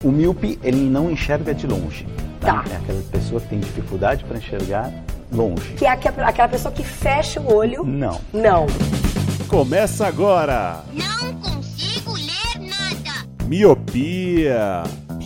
O míope, ele não enxerga de longe. Tá. É aquela pessoa que tem dificuldade para enxergar longe. Que é aquela pessoa que fecha o olho? Não. Não. Começa agora! Não consigo ler nada. Miopia!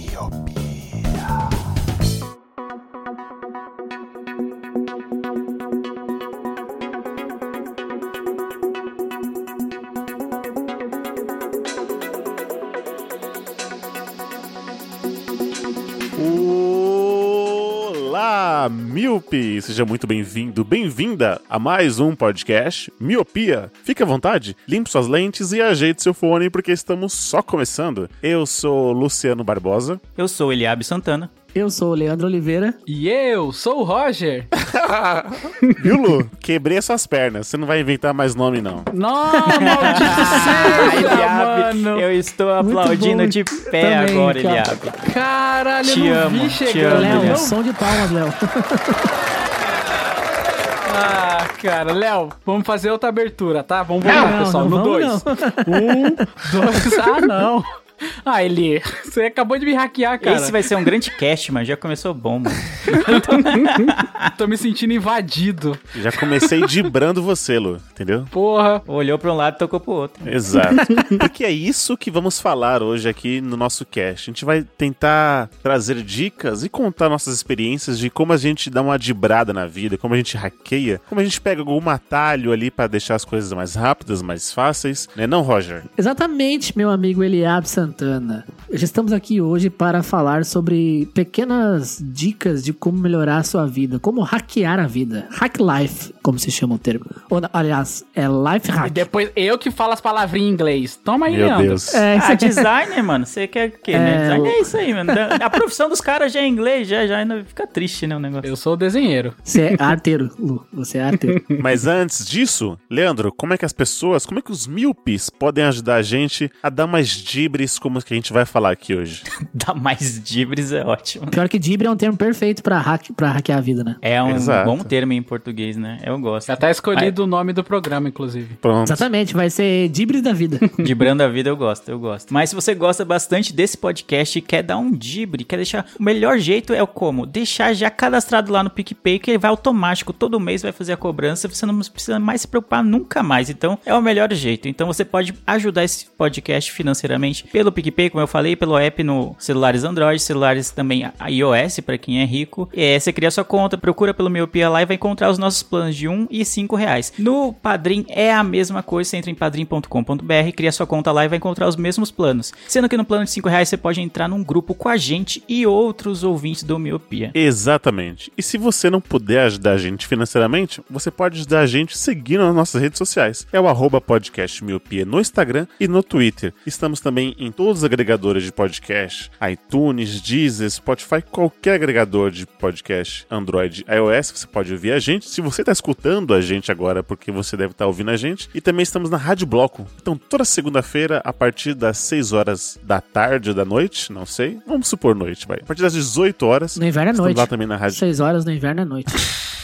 Olá, míope! Seja muito bem-vindo, bem-vinda a mais um podcast Miopia. Fique à vontade, limpe suas lentes e ajeite seu fone porque estamos só começando. Eu sou Luciano Barbosa. Eu sou Eliabe Santana. Eu sou o Leandro Oliveira. E eu sou o Roger. Viu, Lu? Quebrei essas pernas. Você não vai inventar mais nome, não. Nossa, maldito mano. Eu estou aplaudindo de pé Também, agora, cara. Eliabe. Caralho, Te eu não amo, vi te chegando. amo, Léo, Léo. som de palmas, Léo. Ah, cara, Léo, vamos fazer outra abertura, tá? Vamos voltar, pessoal, no 2. não. 1, 2, não. Ah, Eli, você acabou de me hackear, cara. Esse vai ser um grande cast, mas já começou bom, mano. Tô me sentindo invadido. Já comecei dibrando você, Lu, entendeu? Porra. Olhou pra um lado e tocou pro outro. Exato. Porque é isso que vamos falar hoje aqui no nosso cast. A gente vai tentar trazer dicas e contar nossas experiências de como a gente dá uma dibrada na vida, como a gente hackeia, como a gente pega algum atalho ali pra deixar as coisas mais rápidas, mais fáceis, né não, Roger? Exatamente, meu amigo Eliabe Santana. Já estamos aqui hoje para falar sobre pequenas dicas de como melhorar a sua vida, como hackear a vida. Hack life, como se chama o termo. Ou, aliás, é life E hack. depois eu que falo as palavrinhas em inglês. Toma aí, Meu Leandro. Deus. Ah, designer, mano. Você quer o quê, né? Design é isso aí, mano. A profissão dos caras já é inglês, já ainda fica triste, né, o negócio. Eu sou o desenheiro. Você é arteiro, Lu. Você é arteiro. Mas antes disso, Leandro, como é que os míopes podem ajudar a gente a dar mais dibres como que a gente vai falar aqui hoje? Dar mais dibres é ótimo. Pior que dibre é um termo perfeito pra hackear a vida, né? É um Exato. bom termo em português, né? Eu gosto. Já tá escolhido o nome do programa, inclusive. Pronto. Exatamente, vai ser dibres da vida. Dibrando a vida eu gosto. Mas se você gosta bastante desse podcast e quer dar um dibre, quer deixar... O melhor jeito é o como? Deixar já cadastrado lá no PicPay, que ele vai automático, todo mês vai fazer a cobrança, você não precisa mais se preocupar nunca mais. Então, é o melhor jeito. Então, você pode ajudar esse podcast financeiramente pelo PicPay, como eu falei, pelo app no celulares Android, celulares também iOS, pra quem é rico. Você cria sua conta, procura pelo Miopia lá e vai encontrar os nossos planos de R$1 e R$5. No Padrim é a mesma coisa, você entra em padrim.com.br, cria sua conta lá e vai encontrar os mesmos planos. Sendo que no plano de R$5 você pode entrar num grupo com a gente e outros ouvintes do Miopia. Exatamente. E se você não puder ajudar a gente financeiramente, você pode ajudar a gente seguindo nas nossas redes sociais. É o @podcastmiopia no Instagram e no Twitter. Estamos também em todos os agregadores de podcast, iTunes, Deezer, Spotify, qualquer agregador de podcast Android, iOS, você pode ouvir a gente. Se você está escutando a gente agora, porque você deve estar ouvindo a gente. E também estamos na Rádio Bloco. Então, toda segunda-feira, a partir das 6 horas da tarde ou da noite, não sei, vamos supor noite, vai. A partir das 18 horas. No inverno é estamos noite. lá também na Rádio. 6 horas no inverno é noite.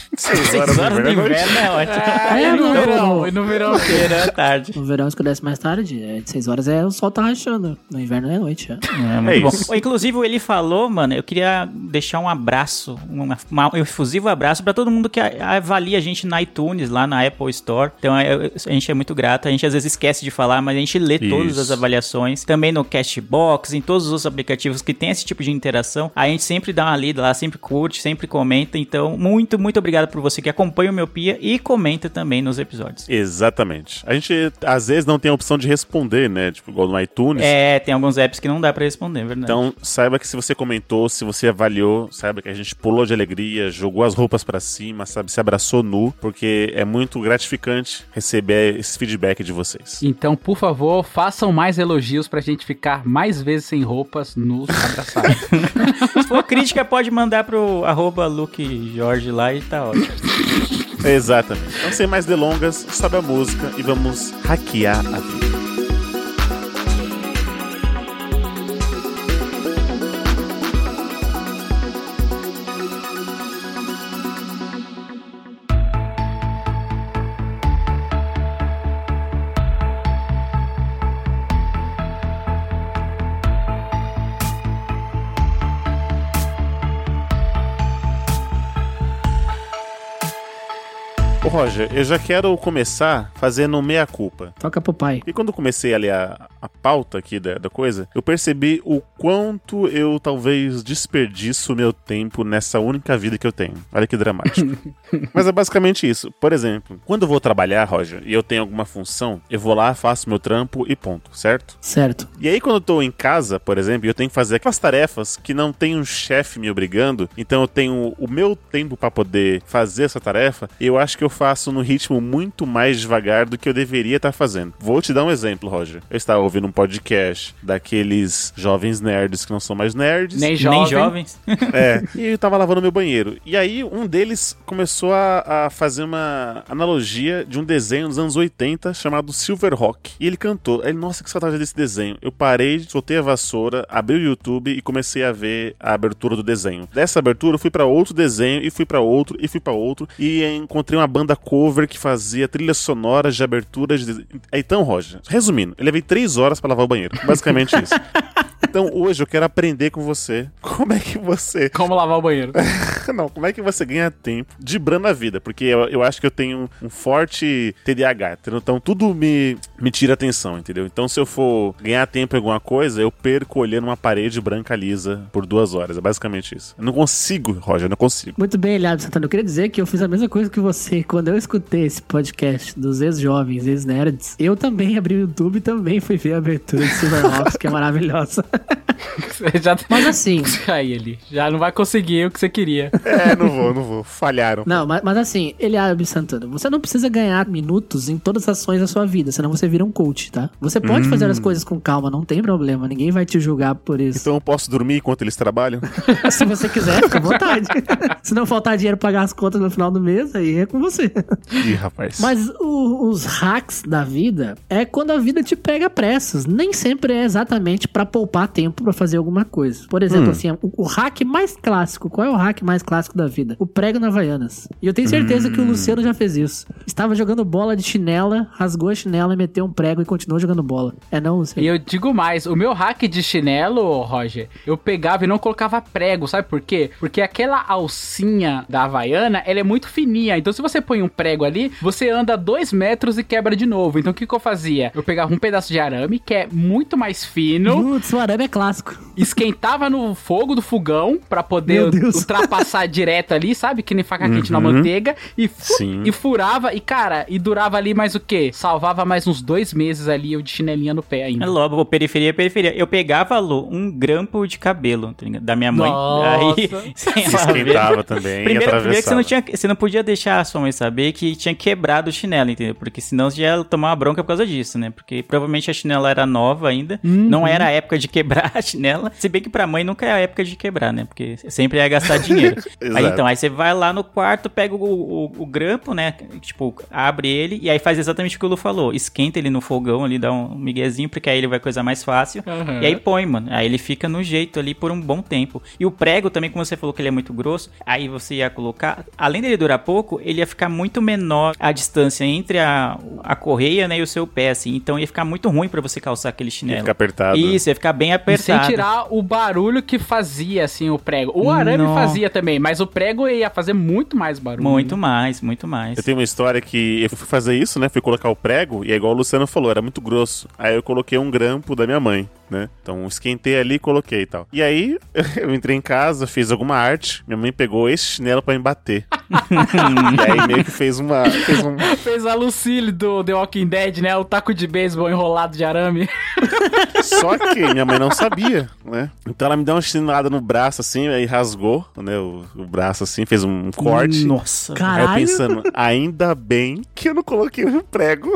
6 6 horas do inverno é ótimo. É, no no- verão, e no verão o quê? Verão é tarde. No verão escurece mais tarde, 6 horas o sol tá rachando. No inverno é noite, já. É muito bom. isso. Inclusive, ele falou, mano, eu queria deixar um abraço, um efusivo abraço pra todo mundo que avalia a gente na iTunes, lá na Apple Store. Então, a gente é muito grato. A gente às vezes esquece de falar, mas a gente lê todas Isso. as avaliações. Também no Castbox, em todos os outros aplicativos que tem esse tipo de interação. A gente sempre dá uma lida lá, sempre curte, sempre comenta. Então, muito, muito obrigado por você que acompanha o Miopia e comenta também nos episódios. Exatamente. A gente, às vezes, não tem a opção de responder, né? Tipo, igual no iTunes. Tem alguns apps que não dá pra responder, é verdade. Então, saiba que se você comentou, se você avaliou, saiba que a gente pulou de alegria, jogou as roupas pra cima, sabe, se abraçou nu, porque é muito gratificante receber esse feedback de vocês. Então, por favor, façam mais elogios pra gente ficar mais vezes sem roupas nos abraçados. Se for crítica, pode mandar pro @LukeJorge lá e tá ótimo. Exatamente. Então, sem mais delongas, sobe a música e vamos hackear a vida. Ô, Roger, eu já quero começar fazendo meia-culpa. Toca pro pai. E quando eu comecei a ler a pauta aqui da coisa, eu percebi o quanto eu talvez desperdiço meu tempo nessa única vida que eu tenho. Olha que dramático. Mas é basicamente isso. Por exemplo, quando eu vou trabalhar, Roger, e eu tenho alguma função, eu vou lá, faço meu trampo e ponto, certo? Certo. E aí quando eu tô em casa, por exemplo, e eu tenho que fazer aquelas tarefas que não tem um chefe me obrigando, então eu tenho o meu tempo pra poder fazer essa tarefa, eu acho que eu faço no ritmo muito mais devagar do que eu deveria estar fazendo. Vou te dar um exemplo, Roger. Eu estava ouvindo um podcast daqueles jovens nerds que não são mais nerds. Nem jovens. E eu tava lavando meu banheiro. E aí um deles começou a fazer uma analogia de um desenho dos anos 80 chamado Silverhawk. E ele cantou. Ele, nossa, que saudade desse desenho. Eu parei, soltei a vassoura, abri o YouTube e comecei a ver a abertura do desenho. Dessa abertura eu fui pra outro desenho e fui pra outro e fui pra outro e encontrei uma banda cover que fazia trilhas sonoras de aberturas de... Então, Roger, resumindo, eu levei 3 horas pra lavar o banheiro. Basicamente isso. Então hoje eu quero aprender com você Como lavar o banheiro. Não, como é que você ganha tempo dibrando a vida? Porque eu acho que eu tenho um forte TDAH, entendeu? Então tudo me tira atenção, entendeu? Então se eu for ganhar tempo em alguma coisa, eu perco olhando uma parede branca lisa por 2 horas. É basicamente isso. Eu não consigo, Roger, eu não consigo. Muito bem, Eliab Santana. Eu queria dizer que eu fiz a mesma coisa que você. Quando eu escutei esse podcast dos ex-jovens, ex-nerds, eu também abri o YouTube e também fui ver a abertura de Silverhawks, que é maravilhosa. Mas assim... Aí ele já não vai conseguir o que você queria. Não vou. Falharam. Não, mas assim, Eliab Santana, você não precisa ganhar minutos em todas as ações da sua vida, senão você vira um coach, tá? Você pode fazer as coisas com calma, não tem problema, ninguém vai te julgar por isso. Então eu posso dormir enquanto eles trabalham? Se você quiser, fica à vontade. Se não faltar dinheiro pra pagar as contas no final do mês, aí é com você. Ih, rapaz. Mas os hacks da vida é quando a vida te pega pressas. Nem sempre é exatamente pra poupar tempo pra fazer alguma coisa. Por exemplo, assim, o hack mais clássico. Qual é o hack mais clássico da vida? O prego na Havaianas. E eu tenho certeza que o Luciano já fez isso. Estava jogando bola de chinela, rasgou a chinela, meteu um prego e continuou jogando bola. É não, Luciano? E eu digo mais, o meu hack de chinelo, Roger, eu pegava e não colocava prego, sabe por quê? Porque aquela alcinha da Havaiana, ela é muito fininha, então se você põe um prego ali, você anda 2 metros e quebra de novo. Então o que eu fazia? Eu pegava um pedaço de arame, que é muito mais fino. Putz, o arame é clássico. Esquentava no fogo do fogão pra poder ultrapassar direto ali, sabe? Que nem faca quente na manteiga. E furava. E, cara, e durava ali mais o quê? Salvava mais uns 2 meses ali, eu de chinelinha no pé ainda. É logo, periferia. Eu pegava, Lu, um grampo de cabelo, tá ligado? Da minha mãe. Nossa. Aí, Se esquentava também. Primeiro que você não podia deixar a sua mãe saber que tinha quebrado o chinelo, entendeu? Porque senão você ia tomar uma bronca por causa disso, né? Porque provavelmente a chinela era nova ainda. Não era a época de quebrar a chinela. Se bem que pra mãe nunca é a época de quebrar, né? Porque sempre ia gastar dinheiro. Aí você vai lá no quarto, pega o grampo, né? Tipo, abre ele e aí faz exatamente o que o Lu falou. Esquenta ele no fogão ali, dá um miguezinho, porque aí ele vai coisa mais fácil. E aí põe, mano. Aí ele fica no jeito ali por um bom tempo. E o prego também, como você falou que ele é muito grosso, aí você ia colocar, além dele durar pouco, ele ia ficar muito menor a distância entre a correia, né, e o seu pé, assim. Então ia ficar muito ruim pra você calçar aquele chinelo. Ia ficar apertado. Isso, ia ficar bem apertado. E sem tirar o barulho que fazia, assim, o prego. O arame fazia também, mas o prego ia fazer muito mais barulho. Muito mais. Eu tenho uma história que eu fui fazer isso, né? Fui colocar o prego e é igual o Luciano falou, era muito grosso. Aí eu coloquei um grampo da minha mãe, né? Então esquentei ali e coloquei e tal. E aí eu entrei em casa, fiz alguma arte, minha mãe pegou esse chinelo pra me bater. E aí meio que fez a Lucille do The Walking Dead, né? O taco de beisebol enrolado de arame. Só que minha mãe não sabia, né? Então ela me deu uma chinelada no braço assim, aí rasgou, né? O braço assim, fez um corte. Nossa, caralho. Aí eu pensando, ainda bem que eu não coloquei o prego.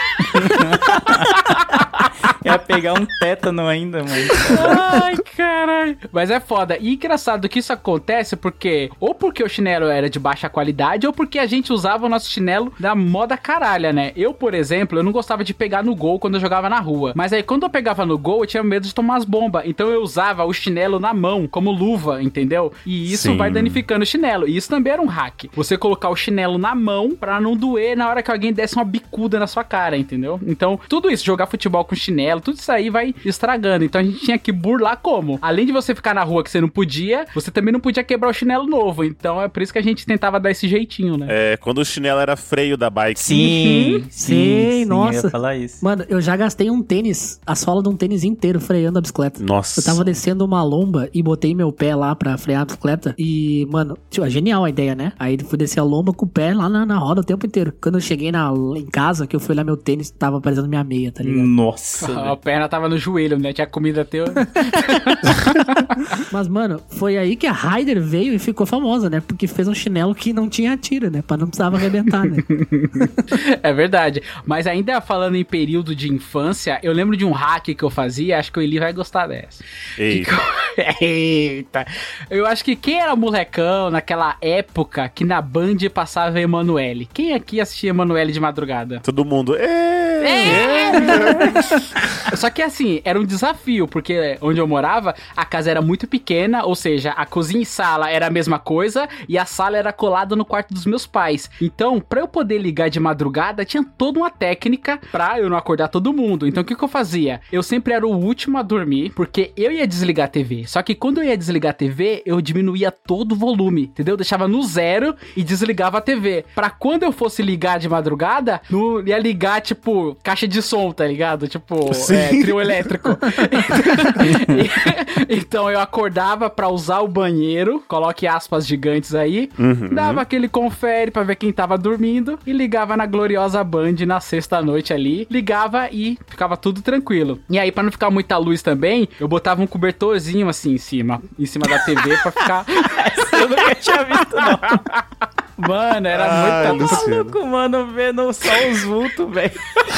Ia pegar um tétano ainda, mano. Ai, caralho. Mas é foda. E engraçado que isso acontece porque o chinelo era de baixa qualidade ou porque a gente usava o nosso chinelo da moda caralha, né? Eu, por exemplo, eu não gostava de pegar no gol quando eu jogava na rua. Mas aí quando eu pegava no gol, eu tinha medo de tomar as bombas. Então eu usava o chinelo na mão, como luva, entendeu? E isso vai danificando o chinelo. E isso também era um hack. Você colocar o chinelo na mão pra não doer na hora que alguém desse uma bicuda na sua cara, entendeu? Então, tudo isso, jogar futebol com chinelo, tudo isso aí vai estragando. Então a gente tinha que burlar como? Além de você ficar na rua que você não podia, você também não podia quebrar o chinelo novo. Então é por isso que a gente tentava dar esse jeitinho, né? É, quando o chinelo era freio da bike. Sim, nossa. Eu ia falar isso. Mano, eu já gastei um tênis, a sola de um tênis inteiro freando a bicicleta. Nossa. Eu tava descendo uma lomba e botei meu pé lá pra frear a bicicleta. E, mano, é genial a ideia, né? Aí fui descer a lomba com o pé lá na roda o tempo inteiro. Quando eu cheguei em casa, que eu fui olhar meu tênis, tava parecendo minha meia, tá ligado? Nossa. A perna tava no joelho, né? Tinha comida teu. Mas, mano, foi aí que a Raider veio e ficou famosa, né? Porque fez um chinelo que não tinha tira, né? Pra não precisava arrebentar, né? É verdade. Mas ainda falando em período de infância, eu lembro de um hack que eu fazia, acho que o Eli vai gostar dessa. Eita. Eu acho que quem era molecão naquela época que na Band passava Emanuele? Quem aqui assistia Emanuele de madrugada? Todo mundo. Só que assim, era um desafio, porque onde eu morava, a casa era muito pequena, ou seja, a cozinha e sala era a mesma coisa, e a sala era colada no quarto dos meus pais. Então, pra eu poder ligar de madrugada, tinha toda uma técnica pra eu não acordar todo mundo. Então, o que eu fazia? Eu sempre era o último a dormir, porque eu ia desligar a TV. Só que quando eu ia desligar a TV, eu diminuía todo o volume, entendeu? Eu deixava no 0 e desligava a TV. Pra quando eu fosse ligar de madrugada, não ia ligar, tipo, caixa de som, tá ligado? Tipo, trio elétrico. Então eu acordava pra usar o banheiro, coloque aspas gigantes aí, dava aquele confere pra ver quem tava dormindo e ligava na gloriosa Band na sexta-noite ali, ligava e ficava tudo tranquilo. E aí, pra não ficar muita luz também, eu botava um cobertorzinho assim em cima da TV pra ficar... Eu nunca tinha visto, não. Mano, era muito maluco, mano, vendo só os vultos, velho.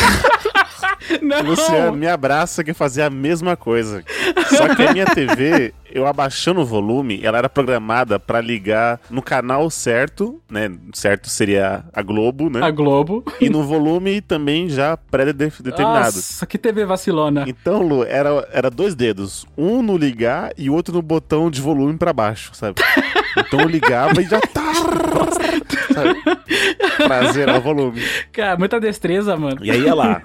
Não. Luciano, me abraça que eu fazia a mesma coisa. Só que a minha TV, eu abaixando o volume, ela era programada pra ligar no canal certo, né? Certo seria a Globo, né? A Globo. E no volume também já pré-determinado. Nossa, que TV vacilona. Então, Lu, era 2 dedos. Um no ligar e o outro no botão de volume pra baixo, sabe? Então eu ligava e já... sabe? Pra zerar o volume. Cara, muita destreza, mano. E aí ia lá,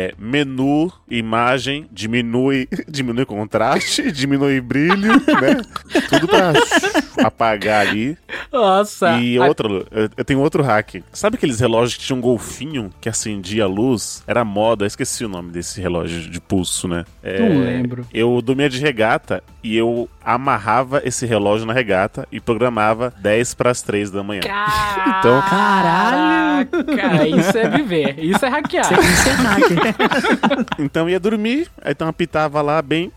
menu, imagem, diminui contraste, diminui brilho, né? Tudo pra apagar ali. Nossa. E outra, eu tenho outro hack. Sabe aqueles relógios que tinham um golfinho que acendia a luz? Era moda, eu esqueci o nome desse relógio de pulso, né? Não lembro. Eu dormia de regata e eu amarrava esse relógio na regata e programava 10 para as 3 da manhã. Então, caralho! Cara, isso é viver. Isso é hackear. Isso é hack. Então ia dormir, aí então apitava lá bem...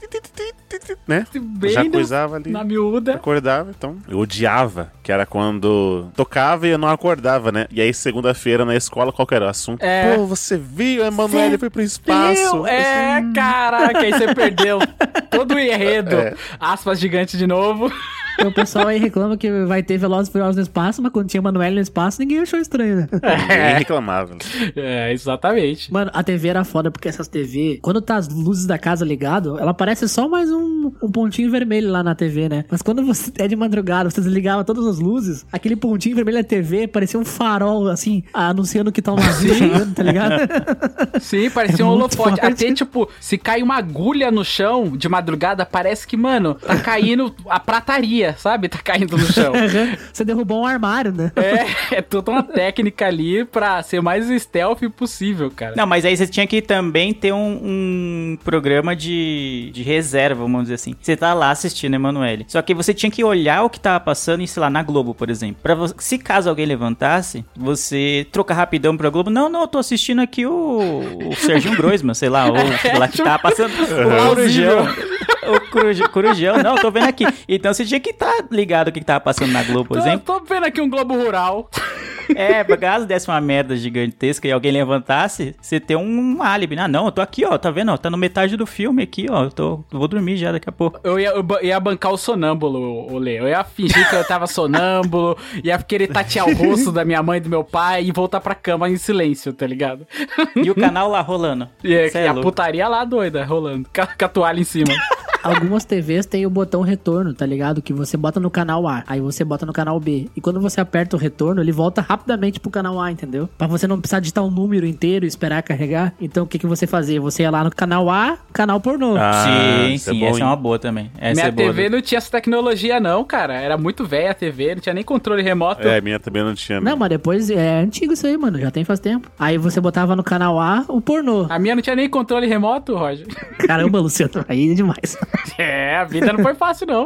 né? Bem já coisava ali. Na miúda. Acordava, então. Eu odiava, que era quando tocava e eu não acordava, né? E aí, segunda-feira na escola, qual que era o assunto? Pô, você viu? A Emanuele foi pro espaço. Caraca, aí você perdeu todo o enredo. Aspas gigantes de novo. Então, o pessoal aí reclama que vai ter Velozes e Furiosos no espaço, mas quando tinha Emanuele no espaço, ninguém achou estranho, né? Ninguém reclamava. Exatamente. Mano, a TV era foda porque essas TV, quando tá as luzes da casa ligado, ela parece só mais um pontinho vermelho lá na TV, né? Mas quando você é de madrugada, você desligava todas as luzes, aquele pontinho vermelho da TV parecia um farol, assim, anunciando que tá um navio chegando, tá ligado? Sim, parecia um holofote. Até, tipo, se cai uma agulha no chão de madrugada, parece que, mano, tá caindo a prataria, sabe? Tá caindo no chão. Você derrubou um armário, né? É toda uma técnica ali pra ser mais stealth possível, cara. Não, mas aí você tinha que também ter um programa de reserva, vamos dizer assim. Você tá lá assistindo Emanuele. Só que você tinha que olhar o que tava passando, sei lá, na Globo, por exemplo. Se caso alguém levantasse, você troca rapidão pra Globo. Não, eu tô assistindo aqui o Serginho Groisman, sei lá, ou sei lá, que tava passando o Corujão. O Corujão, não, tô vendo aqui. Então você tinha que estar ligado o que tava passando na Globo, por exemplo. Tô vendo aqui um Globo Rural. Pra caso desse uma merda gigantesca e alguém levantasse, você tem um álibi. Ah, não, eu tô aqui, ó, tá vendo? Ó, tá no metade do filme aqui, ó, eu vou dormir já daqui a pouco. Eu ia bancar o sonâmbulo, Lê. Eu ia fingir que eu tava sonâmbulo, ia querer tatear o rosto da minha mãe e do meu pai e voltar pra cama em silêncio, tá ligado? E o canal lá rolando. E a putaria lá doida, rolando, com a toalha em cima. Algumas TVs tem o botão retorno, tá ligado? Que você bota no canal A, aí você bota no canal B. E quando você aperta o retorno, ele volta rapidamente pro canal A, entendeu? Pra você não precisar digitar um número inteiro e esperar carregar. Então, o que você fazia? Você ia lá no canal A, canal pornô. Sim, isso é sim, bom, essa hein? é uma boa também. Essa Minha é boa. TV não tinha essa tecnologia não, cara. Era muito velha a TV, não tinha nem controle remoto. Minha também não tinha. Não, mas depois é antigo isso aí, mano. Já tem faz tempo. Aí você botava no canal A o pornô. A minha não tinha nem controle remoto, Roger. Caramba, Luciano, aí é demais. É, a vida não foi fácil não.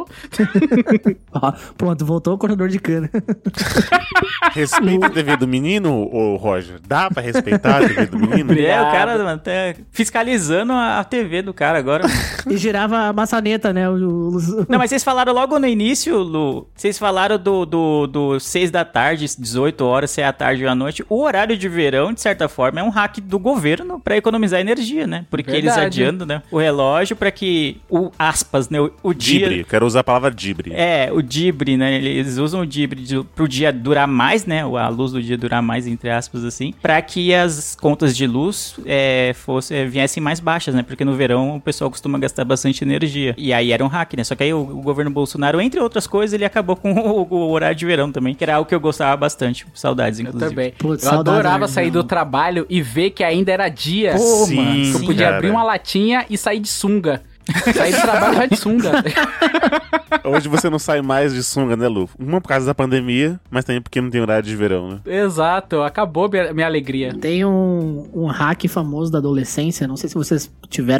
Ó, pronto, voltou o cortador de cana. Respeita a TV do menino, ô Roger? Dá pra respeitar a TV do menino? É, o cara, mano, tá fiscalizando a TV do cara agora. E girava a maçaneta, né? Não, mas vocês falaram logo no início, Lu, vocês falaram do 6 da tarde, 18 horas, 6 da tarde ou à noite. O horário de verão, de certa forma, é um hack do governo pra economizar energia, né? Porque eles adiando, né, o relógio pra que o aspas, né, o dia... Dibre, quero usar a palavra dibre. É, o dibre, né? Eles usam o dibre pro dia durar mais, né? A luz do dia durar mais, entre aspas, assim, pra que as contas de luz viessem mais baixas, né? Porque no verão o pessoal costuma gastar bastante energia. E aí era um hack, né? Só que aí o governo Bolsonaro, entre outras coisas, ele acabou com o horário de verão também, que era algo que eu gostava bastante. Saudades, inclusive. Eu também. Putz, eu saudades, adorava né? sair do trabalho e ver que ainda era dia. Pô, Sim, mano, Que eu podia cara. abrir uma latinha e sair de sunga. Sair do trabalho já de sunga. Hoje você não sai mais de sunga, né, Lu? Uma por causa da pandemia, mas também porque não tem horário de verão, né? Exato, acabou minha alegria. Tem um hack famoso da adolescência, não sei se vocês tiveram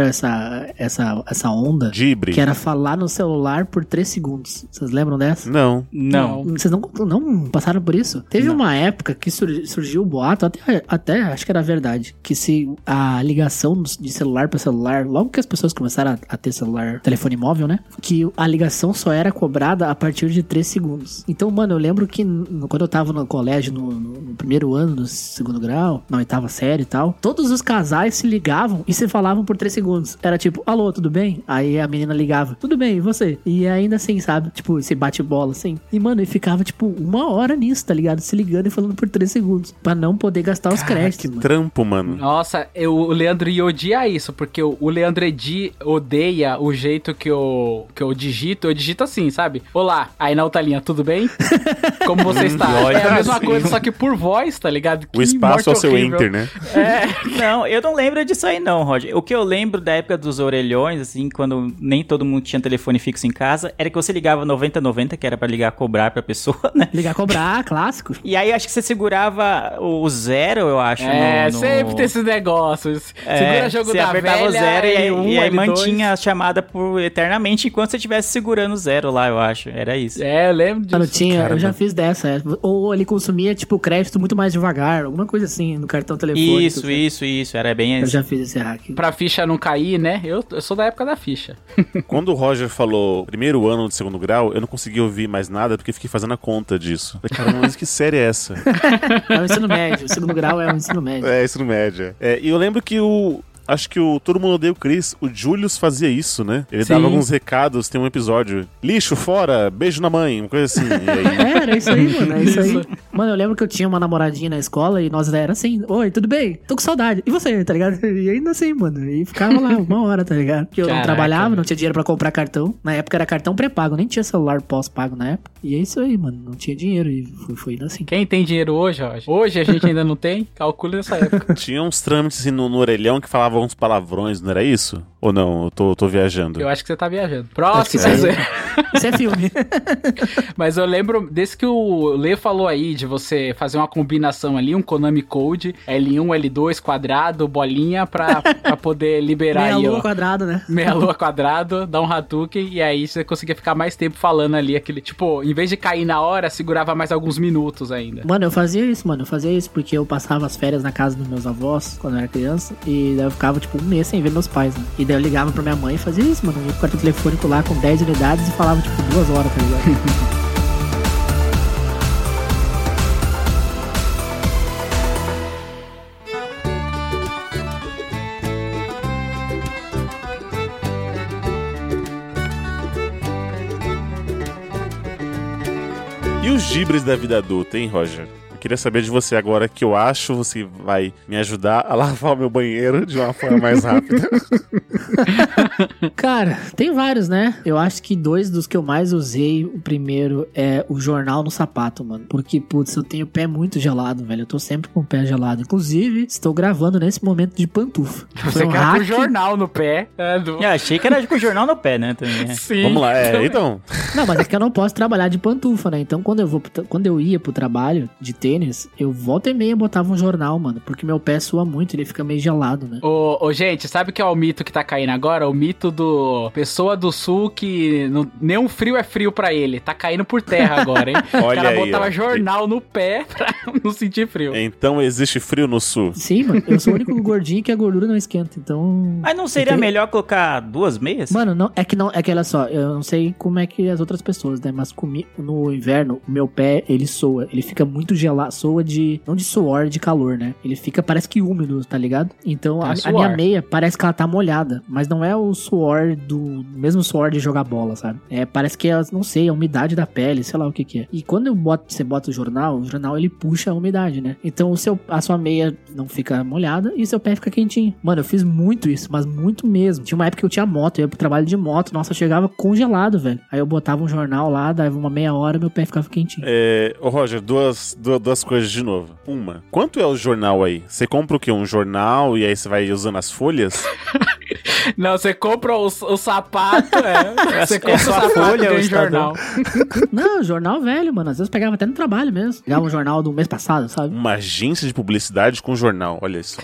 essa onda, Dibre. que era falar no celular por 3 segundos. Vocês lembram dessa? Não. Não. Vocês não passaram por isso? Teve uma época que surgiu o boato, até acho que era verdade, que se a ligação de celular para celular, logo que as pessoas começaram a ter celular, telefone móvel, né? Que a ligação só era cobrada a partir de 3 segundos. Então, mano, eu lembro que quando eu tava no colégio, no primeiro ano do segundo grau, na 8ª série e tal, todos os casais se ligavam e se falavam por 3 segundos. Era tipo, alô, tudo bem? Aí a menina ligava, tudo bem, e você? E ainda assim, sabe? Tipo, esse bate-bola, assim. E, mano, ele ficava, tipo, 1 hora nisso, tá ligado? Se ligando e falando por 3 segundos. Pra não poder gastar os créditos, Que mano. trampo, mano. Nossa, o Leandro ia odiar isso, porque o Leandro odeia o jeito que eu digito. Eu digito assim, sabe? Olá, aí na outra linha, tudo bem? Como você está? olha É a mesma assim. coisa, só que por voz, tá ligado? O espaço é o seu horrível. enter, né? Não, eu não lembro disso aí não, Roger. O que eu lembro da época dos orelhões, assim, quando nem todo mundo tinha telefone fixo em casa, era que você ligava 9090, que era pra ligar, cobrar pra pessoa, né? Ligar, cobrar, clássico. E aí acho que você segurava o 0, eu acho. Sempre tem esses negócios. Segura jogo você da apertava velha, o 0 L1, e aí L2. mantinha a chamada por eternamente enquanto você estivesse segurando o 0 lá, eu acho. Era isso. É, eu lembro disso. Mano, eu já fiz dessa. Ou ele consumia, tipo, crédito muito mais devagar. Alguma coisa assim, no cartão telefônico. Isso. Era bem Eu isso. já fiz esse hack. Pra ficha não cair, né? Eu sou da época da ficha. Quando o Roger falou primeiro ano de segundo grau, eu não consegui ouvir mais nada porque fiquei fazendo a conta disso. Falei, caramba, mas que série é essa? É o ensino médio. O segundo grau é o ensino médio. É, isso no média. E eu lembro que acho que Todo Mundo Odeia o Chris, o Julius fazia isso, né? Ele Sim. dava alguns recados, tem um episódio. Lixo, fora, beijo na mãe, uma coisa assim. E aí, Era isso aí, mano. É isso aí. Mano, eu lembro que eu tinha uma namoradinha na escola e nós era assim: oi, tudo bem? Tô com saudade. E você, tá ligado? E ainda assim, mano. E ficava lá 1 hora, tá ligado? Porque eu não Caraca, trabalhava, velho. não tinha dinheiro pra comprar cartão. Na época era cartão pré-pago, nem tinha celular pós-pago na época. E é isso aí, mano. Não tinha dinheiro e foi indo assim. Quem tem dinheiro hoje, Roger? Hoje a gente ainda não tem? Calcule nessa época. tinha uns trâmites assim, no orelhão que falavam uns palavrões, não era isso? Ou não? Eu tô viajando. Eu acho que você tá viajando. Próximo. Isso é filme. Mas eu lembro desse que o Lê falou aí, de você fazer uma combinação ali, um Konami Code, L1, L2, quadrado, bolinha, pra poder liberar Meia aí, lua ó. quadrado, né? Meia lua quadrado, dá um Hadouken, e aí você conseguia ficar mais tempo falando ali, aquele, tipo, em vez de cair na hora, segurava mais alguns minutos ainda. Mano, eu fazia isso, porque eu passava as férias na casa dos meus avós quando eu era criança. E daí eu ficava, tipo, 1 mês sem ver meus pais, né? E daí eu ligava pra minha mãe e fazia isso, mano. Eu ia com o cartão telefônico lá com 10 unidades e falava, tipo, 2 horas, tá ligado? E os gibres da vida adulta, hein, Roger? queria saber de você agora, que eu acho você vai me ajudar a lavar o meu banheiro de uma forma mais rápida. Cara, tem vários, né? Eu acho que 2 dos que eu mais usei, o primeiro é o jornal no sapato, mano. Porque, putz, eu tenho o pé muito gelado, velho. Eu tô sempre com o pé gelado. Inclusive, estou gravando nesse momento de pantufa. Você quer com o jornal no pé. Eu achei que era com o jornal no pé, né? Também, Sim. Vamos lá, então. Não, mas é que eu não posso trabalhar de pantufa, né? Então, quando eu ia pro trabalho de tênis, eu volta e meia botava um jornal, mano. Porque meu pé sua muito, ele fica meio gelado, né? Ô, gente, sabe o que é o mito que tá caindo agora? O mito do pessoa do sul que nenhum frio é frio pra ele. Tá caindo por terra agora, hein? Olha o cara aí, botava ó. jornal no pé pra não sentir frio. Então existe frio no sul. Sim, mano. Eu sou o único gordinho que a gordura não esquenta, então... Mas não seria melhor colocar 2 meias? Mano, não, é que olha só, eu não sei como é que as outras pessoas, né? Mas no inverno, o meu pé, ele soa. Ele fica muito gelado, soa não de suor, de calor, né? Ele fica, parece que úmido, tá ligado? Então a minha meia parece que ela tá molhada, mas não é o suor mesmo suor de jogar bola, sabe? Parece que é, não sei, a umidade da pele, sei lá o que é. E quando você bota o jornal ele puxa a umidade, né? Então a sua meia não fica molhada e seu pé fica quentinho. Mano, eu fiz muito isso, mas muito mesmo. Tinha uma época que eu tinha moto, eu ia pro trabalho de moto, nossa, eu chegava congelado, velho. Aí eu botava um jornal lá, dava uma meia hora, meu pé ficava quentinho. Ô Roger, duas coisas de novo. Uma, quanto é o jornal aí? Você compra o quê? Um jornal e aí você vai usando as folhas? Não, você compra o sapato, Você compra o sapato folha, e jornal. Não, jornal velho, mano. Às vezes eu pegava até no trabalho mesmo. Pegava um jornal do mês passado, sabe? Uma agência de publicidade com jornal, olha só.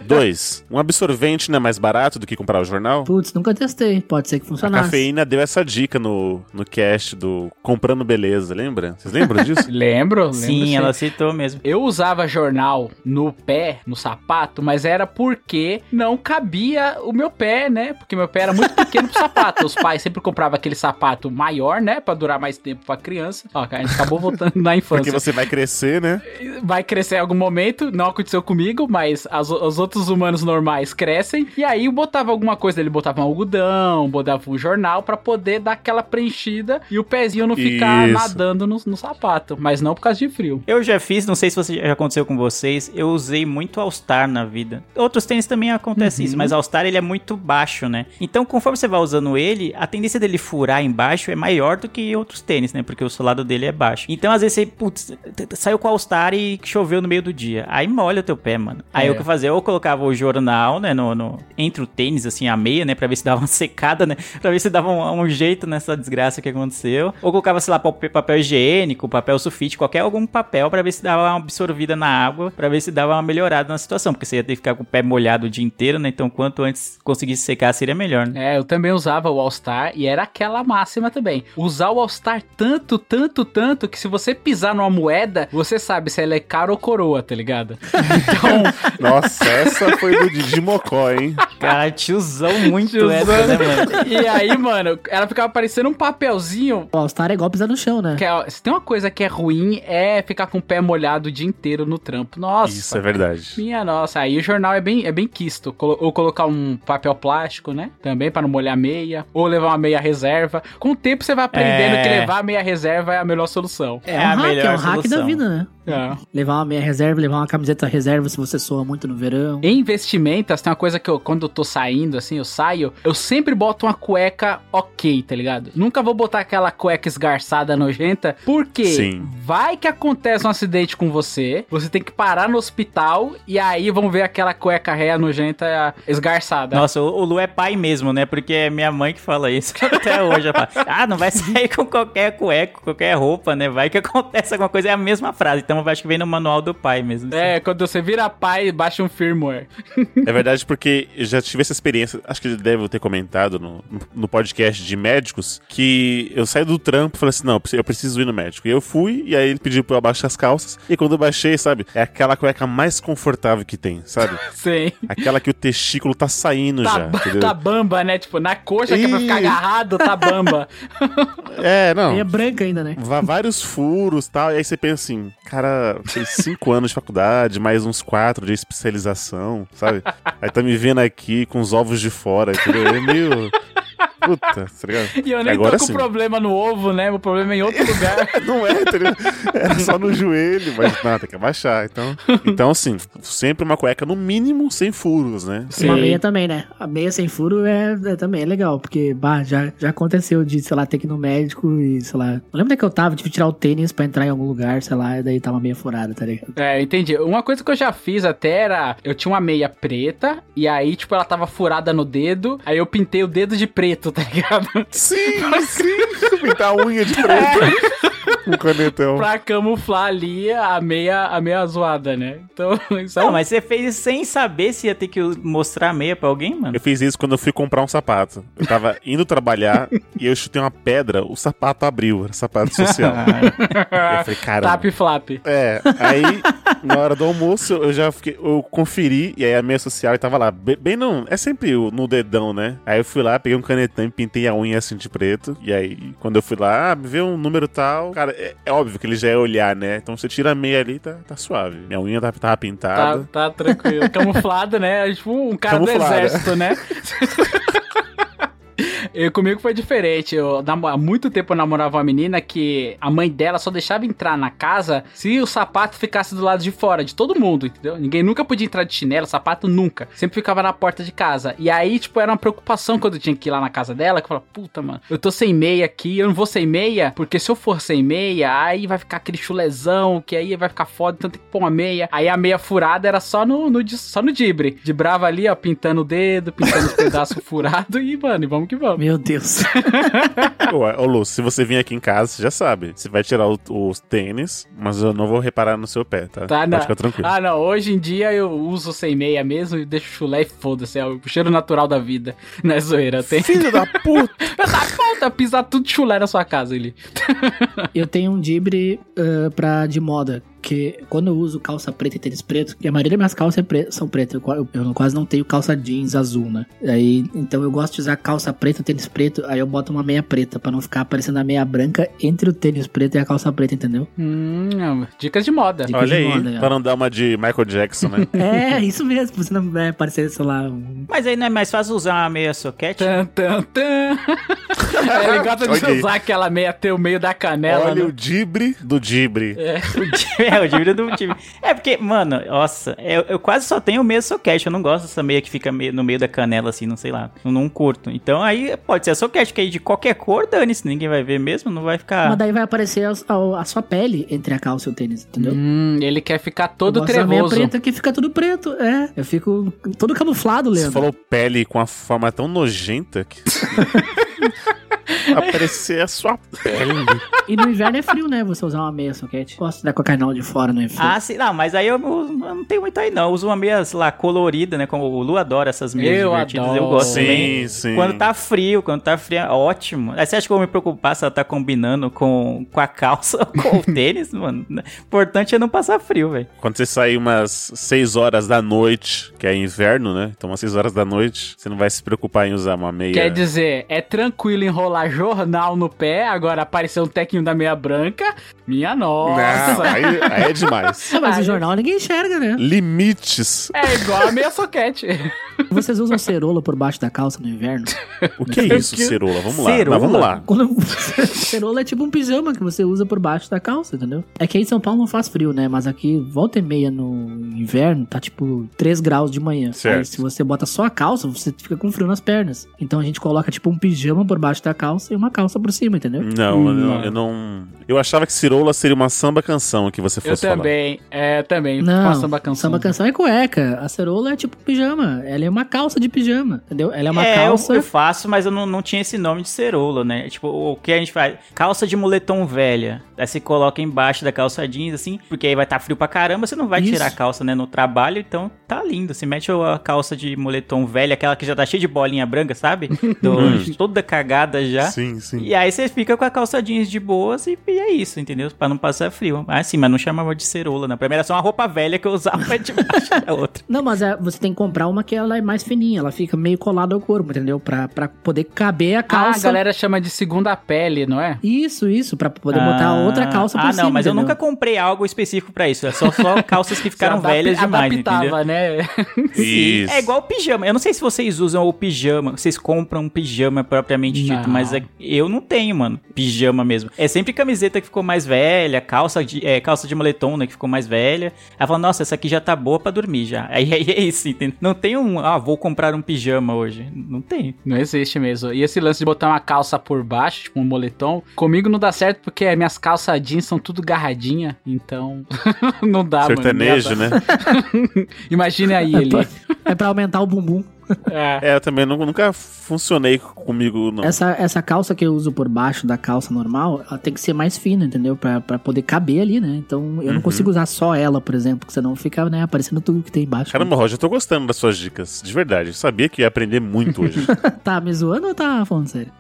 2, um absorvente não é mais barato do que comprar o jornal? Putz, nunca testei. Pode ser que A funcionasse. Cafeína deu essa dica no cast do Comprando Beleza, lembra? Vocês lembram disso? Lembro. Sim, ela citou mesmo. Eu usava jornal no pé, no sapato, mas era porque não cabia o meu pé, né? Porque meu pé era muito pequeno pro sapato. Os pais sempre compravam aquele sapato maior, né? Pra durar mais tempo pra criança. Ó, a gente acabou voltando na infância. Porque você vai crescer, né? Vai crescer em algum momento, não aconteceu comigo, mas os outros humanos normais crescem. E aí eu botava alguma coisa, ele botava um algodão, botava um jornal pra poder dar aquela preenchida e o pezinho não ficar nadando no sapato. Mas não por causa de frio. Eu já fiz, não sei se já aconteceu com vocês, eu usei muito All-Star na vida. Outros tênis também acontece isso, mas All-Star ele é muito baixo, né? Então conforme você vai usando ele, a tendência dele furar embaixo é maior do que outros tênis, né? Porque o solado dele é baixo. Então às vezes você, putz, saiu com o All-Star e choveu no meio do dia. Aí molha o teu pé, mano. Aí o que eu fazia? Eu colocava o jornal, né? Entre o tênis, assim, a meia, né? Pra ver se dava uma secada, né? Pra ver se dava um jeito nessa desgraça que aconteceu. Ou colocava, sei lá, papel higiênico, papel sulfite, algum papel pra ver se dava uma absorvida na água, pra ver se dava uma melhorada na situação. Porque você ia ter que ficar com o pé molhado o dia inteiro, né? Então quanto antes conseguisse secar, seria melhor, né? Eu também usava o All-Star e era aquela máxima também. Usar o All-Star tanto que se você pisar numa moeda, você sabe se ela é cara ou coroa, tá ligado? Então... Nossa, essa foi do Didi Mocó, hein? Cara, tiozão muito essa, né, mano? E aí, mano, ela ficava parecendo um papelzinho. O All-Star é igual pisar no chão, né? Se tem uma coisa que é ruim, é ficar com o pé molhado o dia inteiro no trampo. Nossa. Isso é verdade. Minha nossa. Aí o jornal é bem quisto. Ou colocar um papel plástico, né? Também pra não molhar a meia. Ou levar uma meia reserva. Com o tempo você vai aprendendo que levar a meia reserva é a melhor solução. É um hack da vida, né? Levar uma meia reserva, levar uma camiseta reserva se você soa muito no verão. Em vestimentas, tem uma coisa que quando eu tô saindo, assim, eu sempre boto uma cueca ok, tá ligado? Nunca vou botar aquela cueca esgarçada nojenta, porque vai que acontece um acidente com você tem que parar no hospital e aí vão ver aquela cueca réia nojenta esgarçada. Nossa, o Lu é pai mesmo, né? Porque é minha mãe que fala isso até hoje. Não vai sair com qualquer cueca, qualquer roupa, né? Vai que acontece alguma coisa, é a mesma frase. Então eu acho que vem no manual do pai mesmo. Assim. Quando você vira pai, baixa um firmware. É verdade, porque eu já tive essa experiência, acho que ele deve ter comentado no podcast de médicos, que eu saí do trampo e falei assim, não, eu preciso ir no médico. E eu fui, e aí ele pediu pra eu abaixar as calças, e quando eu baixei, sabe, é aquela cueca mais confortável que tem, sabe? Sim. Aquela que o testículo tá saindo já, entendeu? Tá bamba, né? Tipo, na coxa que é pra ficar agarrado, tá bamba. Não. E é branca ainda, né? Vários furos e tal, e aí você pensa assim, cara, fez 5 anos de faculdade, mais uns 4 de especialização, sabe? Aí tá me vendo aqui com os ovos de fora, entendeu? É meio... Puta, tá ligado? E eu nem Agora tô com sim. problema no ovo, né? O problema é em outro lugar. Não é, tá ligado? Era só no joelho, mas não, tem que abaixar. Então, assim, sempre uma cueca no mínimo sem furos, né? Uma meia também, né? A meia sem furo também é legal, porque já aconteceu de, sei lá, ter que ir no médico e, sei lá... Eu lembro que eu tava, tive que tirar o tênis pra entrar em algum lugar, sei lá, e daí tava meia furada, tá ligado? Entendi. Uma coisa que eu já fiz até era... Eu tinha uma meia preta, e aí, tipo, ela tava furada no dedo, aí eu pintei o dedo de preto, tá ligado? Sim! Pintar a unha de preto. Um canetão. Pra camuflar ali a meia zoada, né? Então, isso é Não, mas você fez isso sem saber se ia ter que mostrar a meia pra alguém, mano? Eu fiz isso quando eu fui comprar um sapato. Eu tava indo trabalhar e eu chutei uma pedra, o sapato abriu, era sapato social. Eu falei, caramba. Tap e flap. Aí, na hora do almoço, eu conferi, e aí a meia social tava lá, bem não, é sempre no dedão, né? Aí eu fui lá, peguei um canetão e pintei a unha assim de preto, e aí, quando eu fui lá, me veio um número tal, cara, é óbvio que ele já ia olhar, né? Então você tira a meia ali, tá suave. Minha unha tava pintada. Tá tranquilo. Camuflado, né? Tipo um cara do exército, né? Comigo foi diferente. Há muito tempo eu namorava uma menina que a mãe dela só deixava entrar na casa se o sapato ficasse do lado de fora, de todo mundo, entendeu? Ninguém nunca podia entrar de chinelo, sapato nunca. Sempre ficava na porta de casa. E aí, tipo, era uma preocupação quando eu tinha que ir lá na casa dela, que eu falava, puta, mano, eu tô sem meia aqui, eu não vou sem meia, porque se eu for sem meia, aí vai ficar aquele chulezão, que aí vai ficar foda, então tem que pôr uma meia. Aí a meia furada era só no dibre. De brava ali, ó, pintando o dedo, pintando os pedaços furados e, mano, e vamos que vamos. Meu Deus. Ô, Lu, se você vir aqui em casa, você já sabe. Você vai tirar os tênis, mas eu não vou reparar no seu pé, tá? Tá, Pode ficar tranquilo. Ah, não. Hoje em dia eu uso sem meia mesmo e deixo o chulé e foda-se. É o cheiro natural da vida. Não é zoeira. Tem... Filho da puta! Pisar tudo de chulé na sua casa ali. Eu tenho um dibre de moda. Que quando eu uso calça preta e tênis preto, que a maioria das minhas calças são pretas, eu quase não tenho calça jeans azul, né? Aí, então eu gosto de usar calça preta e tênis preto, aí eu boto uma meia preta pra não ficar aparecendo a meia branca entre o tênis preto e a calça preta, entendeu? Dicas de moda. Dicas Olha de aí, moda, pra não dar uma de Michael Jackson, né? É, isso mesmo, pra você não parecer, sei lá... Mas aí não é mais fácil usar uma meia soquete? Tan, tan, tan. Ele gosta de usar aquela meia até o meio da canela. Olha né? o dibre do dibre. O dibre do time. É porque, mano, nossa, eu quase só tenho meia soquete. Eu não gosto dessa meia que fica no meio da canela, assim, não sei lá. Eu não curto. Então aí pode ser a soquete, que aí de qualquer cor, dane-se, ninguém vai ver mesmo, não vai ficar. Mas daí vai aparecer a sua pele entre a calça e o tênis, entendeu? Ele quer ficar todo eu gosto da meia trevoso. preta que fica tudo preto, eu fico todo camuflado, Leandro. Você falou pele com a forma tão nojenta que... aparecer a sua pele. E no inverno é frio, né? Você usar uma meia soquete. Gosto da cocainol de fora no inverno. Ah, sim, não, mas aí eu não tenho muito aí não. Eu uso uma meia, sei lá, colorida, né? Como o Lu adora essas meias divertidas. Adoro. Eu gosto Sim, também. sim. Quando tá frio é ótimo. Aí você acha que eu vou me preocupar se ela tá combinando com a calça ou com o tênis, mano? O importante é não passar frio, velho. Quando você sair umas 6 horas da noite, que é inverno, né? Então umas 6 horas da noite, você não vai se preocupar em usar uma meia... Quer dizer, é tranquilo enrolar jornal no pé, agora apareceu um tequinho da meia branca, minha nossa. Não, aí é demais. Mas o jornal ninguém enxerga, né? Limites. É igual a meia soquete. Vocês usam cerola por baixo da calça no inverno? O que é isso, cerola? Vamos lá. Cerola? Mas vamos lá. Cerola é tipo um pijama que você usa por baixo da calça, entendeu? É que aí em São Paulo não faz frio, né? Mas aqui, volta e meia no inverno, tá tipo 3 graus de manhã. Certo. Aí se você bota só a calça, você fica com frio nas pernas. Então a gente coloca tipo um pijama por baixo da calça e uma calça por cima, entendeu? Não, eu não... Eu achava que cirola seria uma samba canção que você fosse Eu falar. também. Não, Uma samba canção. Samba canção é cueca. A cerola é tipo pijama. Ela é uma calça de pijama, entendeu? Ela é uma calça... eu faço, mas eu não tinha esse nome de cerola, né? Tipo, o que a gente faz? Calça de moletom velha. Aí você coloca embaixo da calça jeans, assim, porque aí vai estar frio pra caramba, você não vai tirar a calça, né, no trabalho, então tá lindo. Você mete a calça de moletom velha, aquela que já tá cheia de bolinha branca, sabe? Toda cagada já. Sim, sim. E aí você fica com a calça jeans de boas e é isso, entendeu? Pra não passar frio. Ah, sim, mas não chamava de cerola, né? Pra mim era só uma roupa velha que eu usava debaixo da outra. Não, mas você tem que comprar uma que ela é mais fininha, ela fica meio colada ao corpo, entendeu? Pra poder caber a calça. A galera chama de segunda pele, não é? Isso, pra poder botar outra calça por cima. Não, mas entendeu? eu nunca comprei algo específico pra isso. É só calças que ficaram velhas demais, entendeu? Né? Isso. É igual o pijama. Eu não sei se vocês usam o pijama, vocês compram um pijama propriamente dito, mas eu não tenho, mano, pijama mesmo. É sempre camiseta que ficou mais velha, calça de moletom, né, que ficou mais velha. Ela fala, nossa, essa aqui já tá boa pra dormir já. Aí é isso, entendeu? Não tem vou comprar um pijama hoje. Não tem. Não existe mesmo. E esse lance de botar uma calça por baixo, tipo um moletom, comigo não dá certo porque minhas calças jeans são tudo garradinha, então não dá, sertanejo, mano. Sertanejo, né? Imagine aí ele. É pra aumentar o bumbum. Eu também nunca funcionei comigo, não. Essa calça que eu uso por baixo da calça normal, ela tem que ser mais fina, entendeu? Pra poder caber ali, né? Então eu não consigo usar só ela, por exemplo, porque senão fica, né, aparecendo tudo que tem embaixo. Caramba, Roger, eu tô gostando das suas dicas, de verdade. Eu sabia que ia aprender muito hoje. Tá me zoando ou tá falando sério?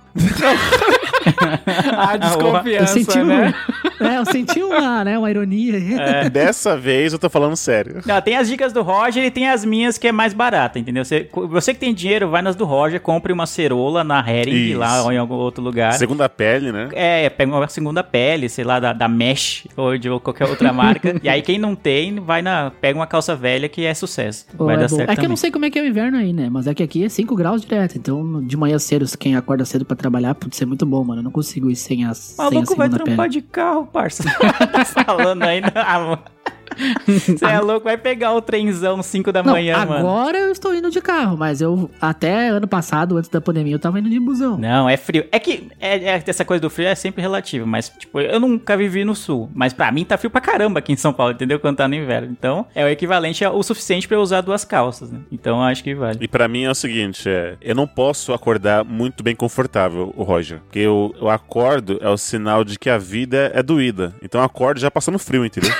A desconfiança, né? Eu senti uma ironia aí. Dessa vez eu tô falando sério. Não, tem as dicas do Roger e tem as minhas que é mais barata, entendeu? Você que tem dinheiro, vai nas do Roger, compre uma cerola na Hering lá ou em algum outro lugar. Segunda pele, né? Pega uma segunda pele, sei lá, da Mesh ou de qualquer outra marca. E aí quem não tem, pega uma calça velha que é sucesso. Vai dar certo. É que eu não sei como é que é o inverno aí, né? Mas é que aqui é 5 graus direto. Então, de manhã cedo, quem acorda cedo pra trabalhar, pode ser muito bom, mano. Eu não consigo ir sem a maluco vai trampar de carro, parça. Tá falando aí, não. Você é louco, vai pegar o trenzão 5 da manhã, mano. Agora eu estou indo de carro, mas eu, até ano passado, antes da pandemia, eu tava indo de busão. Não, é frio. É que essa coisa do frio é sempre relativa, mas, tipo, eu nunca vivi no sul, mas pra mim tá frio pra caramba aqui em São Paulo, entendeu? Quando tá no inverno. Então, é o equivalente ao suficiente pra eu usar 2 calças, né? Então, acho que vale. E pra mim é o seguinte, eu não posso acordar muito bem confortável, o Roger, porque eu acordo é o sinal de que a vida é doída. Então eu acordo já passando frio, entendeu?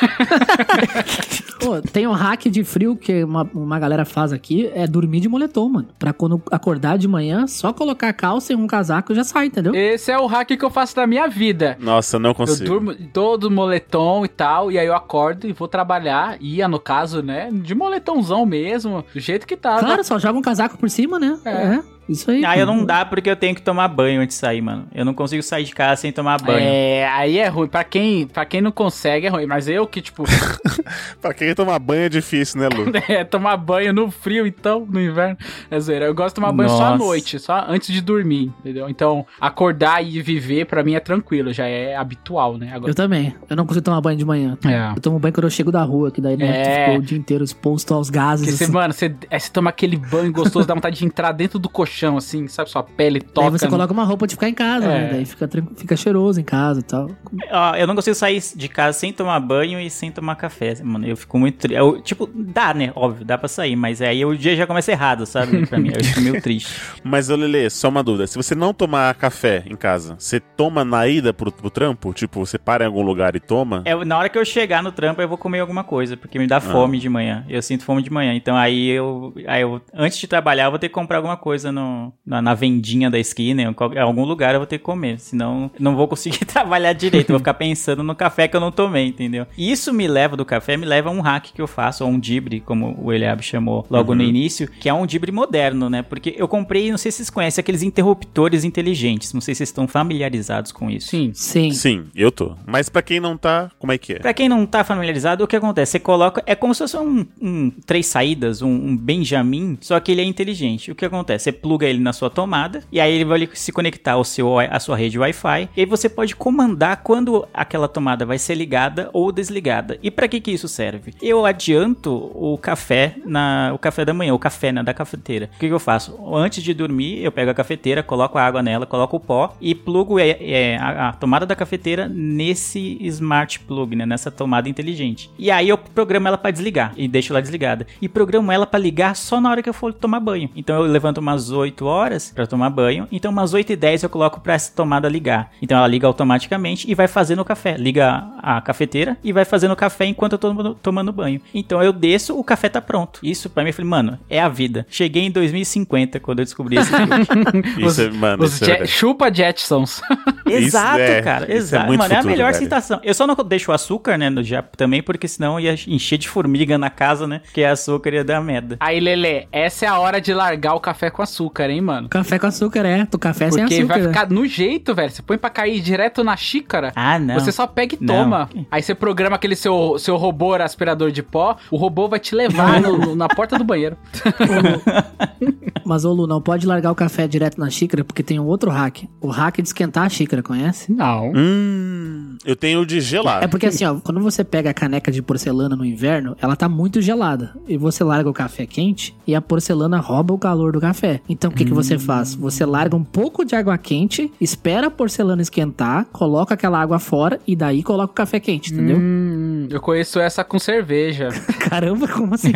Pô, tem um hack de frio que uma galera faz aqui, é dormir de moletom, mano. Pra quando acordar de manhã, só colocar a calça e um casaco já sai, entendeu? Esse é o hack que eu faço da minha vida. Nossa, não consigo. Eu durmo todo moletom e tal, e aí eu acordo e vou trabalhar, no caso, né, de moletomzão mesmo, do jeito que tá. Claro, só joga um casaco por cima, né? Isso aí. Eu não dá porque eu tenho que tomar banho antes de sair, mano. Eu não consigo sair de casa sem tomar banho. Aí é ruim. Pra quem não consegue é ruim. Mas eu que, tipo... Pra quem tomar banho é difícil, né, Lu? Tomar banho no frio, então, no inverno. É zoeira. Eu gosto de tomar banho só à noite, só antes de dormir, entendeu? Então, acordar e viver, pra mim, é tranquilo. Já é habitual, né? Agora... Eu também. Eu não consigo tomar banho de manhã. Eu tomo banho quando eu chego da rua, que daí né, ficou o dia inteiro exposto aos gases. Porque assim. Mano, você toma aquele banho gostoso, dá vontade de entrar dentro do colchão, assim, sabe? Sua pele toca. Aí você coloca uma roupa de ficar em casa, né? Daí fica cheiroso em casa e tal. Eu não consigo sair de casa sem tomar banho e sem tomar café, mano. Eu fico muito triste. Tipo, dá, né? Óbvio, dá pra sair, mas aí o dia já começa errado, sabe? Pra mim, eu fico meio triste. Mas, Lelê, só uma dúvida. Se você não tomar café em casa, você toma na ida pro trampo? Tipo, você para em algum lugar e toma? Na hora que eu chegar no trampo, eu vou comer alguma coisa, porque me dá fome de manhã. Eu sinto fome de manhã. Então aí eu antes de trabalhar, eu vou ter que comprar alguma coisa na vendinha da esquina, em algum lugar eu vou ter que comer, senão não vou conseguir trabalhar direito, eu vou ficar pensando no café que eu não tomei, entendeu? E isso me leva a um hack que eu faço, ou um dibre, como o Eliab chamou logo no início, que é um dibre moderno, né? Porque eu comprei, não sei se vocês conhecem, aqueles interruptores inteligentes, não sei se vocês estão familiarizados com isso. Sim, eu tô. Mas pra quem não tá, como é que é? Pra quem não tá familiarizado, o que acontece? Você coloca, é como se fosse um 3 saídas, um Benjamin, só que ele é inteligente. O que acontece? Você pluga ele na sua tomada, e aí ele vai se conectar à sua rede Wi-Fi, e aí você pode comandar quando aquela tomada vai ser ligada ou desligada. E pra que isso serve? Eu adianto o café da manhã, o café da cafeteira. O que eu faço? Antes de dormir, eu pego a cafeteira, coloco a água nela, coloco o pó e plugo a tomada da cafeteira nesse smart plug, né? Nessa tomada inteligente. E aí eu programo ela pra desligar e deixo ela desligada. E programo ela pra ligar só na hora que eu for tomar banho. Então eu levanto umas 8 horas pra tomar banho. Então, umas 8h10 eu coloco pra essa tomada ligar. Então, ela liga automaticamente e vai fazendo o café. Liga a cafeteira e vai fazendo o café enquanto eu tô tomando banho. Então, eu desço, o café tá pronto. Isso, pra mim, eu falei, mano, é a vida. Cheguei em 2050 quando eu descobri esse truque. Chupa Jetsons. Exato, cara. Isso Exato. muito Mano, é a futuro, melhor velho. sensação. Eu só não deixo o açúcar, né, no já também, porque senão ia encher de formiga na casa, né? Porque açúcar ia dar merda. Aí, Lelê, essa é a hora de largar o café com açúcar, hein, mano? Café com açúcar, do café sem Porque açúcar. vai ficar no jeito, velho. Você põe pra cair direto na xícara. Ah, não. Você só pega e Não. toma. Aí você programa aquele seu robô aspirador de pó. O robô vai te levar na porta do banheiro. Mas, ô Lu, não pode largar o café direto na xícara, porque tem um outro hack. O hack de esquentar a xícara, conhece? Não. Eu tenho o de gelar. É porque assim, ó, quando você pega a caneca de porcelana no inverno, ela tá muito gelada. E você larga o café quente e a porcelana rouba o calor do café. Então o que você faz? Você larga um pouco de água quente, espera a porcelana esquentar, coloca aquela água fora e daí coloca o café quente, entendeu? Eu conheço essa com cerveja. Caramba, como assim?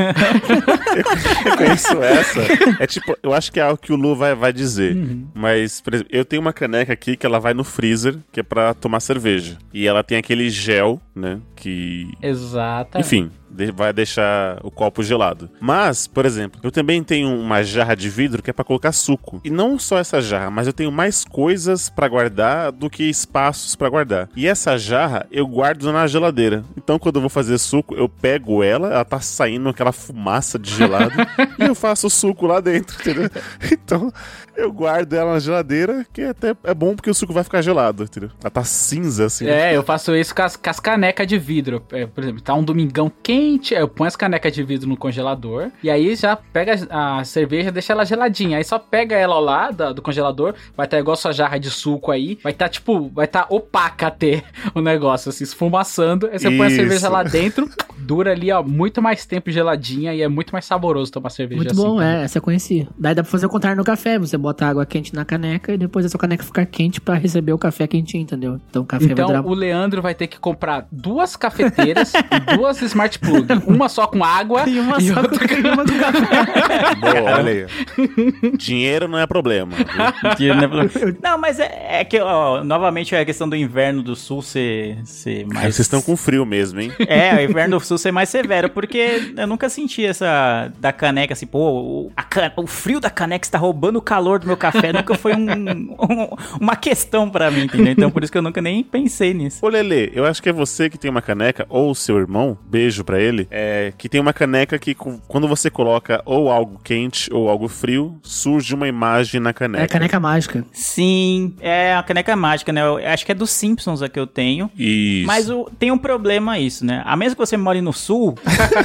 Eu conheço essa. É tipo, eu acho que é algo que o Lu vai dizer. Mas, por exemplo, eu tenho uma caneca aqui que ela vai no freezer, que é pra tomar cerveja. E ela tem aquele gel, né? Que... Exato. Enfim, vai deixar o copo gelado. Mas, por exemplo, eu também tenho uma jarra de vidro que é pra colocar suco. E não só essa jarra, mas eu tenho mais coisas pra guardar do que espaços pra guardar. E essa jarra eu guardo na geladeira. Então, quando eu vou fazer suco, eu pego ela tá saindo aquela fumaça de gelado e eu faço o suco lá dentro, entendeu? Então, eu guardo ela na geladeira, que até é bom porque o suco vai ficar gelado, entendeu? Ela tá cinza, assim. É, eu faço isso com as canecas de vidro. Por exemplo, tá um domingão quente, aí eu ponho as canecas de vidro no congelador, e aí já pega a cerveja, deixa ela geladinha, aí só pega ela lá do congelador, vai estar igual sua jarra de suco aí, vai estar opaca até o negócio, assim, esfumaçando, aí você põe a cerveja lá dentro, dura ali, ó, muito mais tempo geladinha, e é muito mais saboroso tomar cerveja Muito assim. bom, também. essa eu conheci. Daí dá pra fazer o contrário no café, você bota água quente na caneca e depois a sua caneca ficar quente pra receber o café quentinho, entendeu? Então o café vai Então durar... o Leandro vai ter que comprar 2 cafeteiras e 2 smart plug. Uma só com água E uma só outra com uma do café. Boa, olha aí. Dinheiro não é problema. Viu? Não, mas é que, ó, novamente, é a questão do inverno do sul ser Aí mais... vocês estão com frio mesmo, hein? É, o inverno do sul ser mais severo, porque eu nunca senti essa da caneca, assim, pô, o frio da caneca está roubando o calor do meu café, nunca foi uma questão pra mim, entendeu? Então por isso que eu nunca nem pensei nisso. Ô, Lelê, eu acho que é você que tem uma caneca, ou o seu irmão, beijo pra ele, que tem uma caneca que quando você coloca ou algo quente ou algo frio, surge uma imagem na caneca. É caneca mágica. Sim, é a caneca mágica, né? Eu acho que é dos Simpsons a que eu tenho. Isso. Mas tem um problema isso, né? A menos que você more no sul,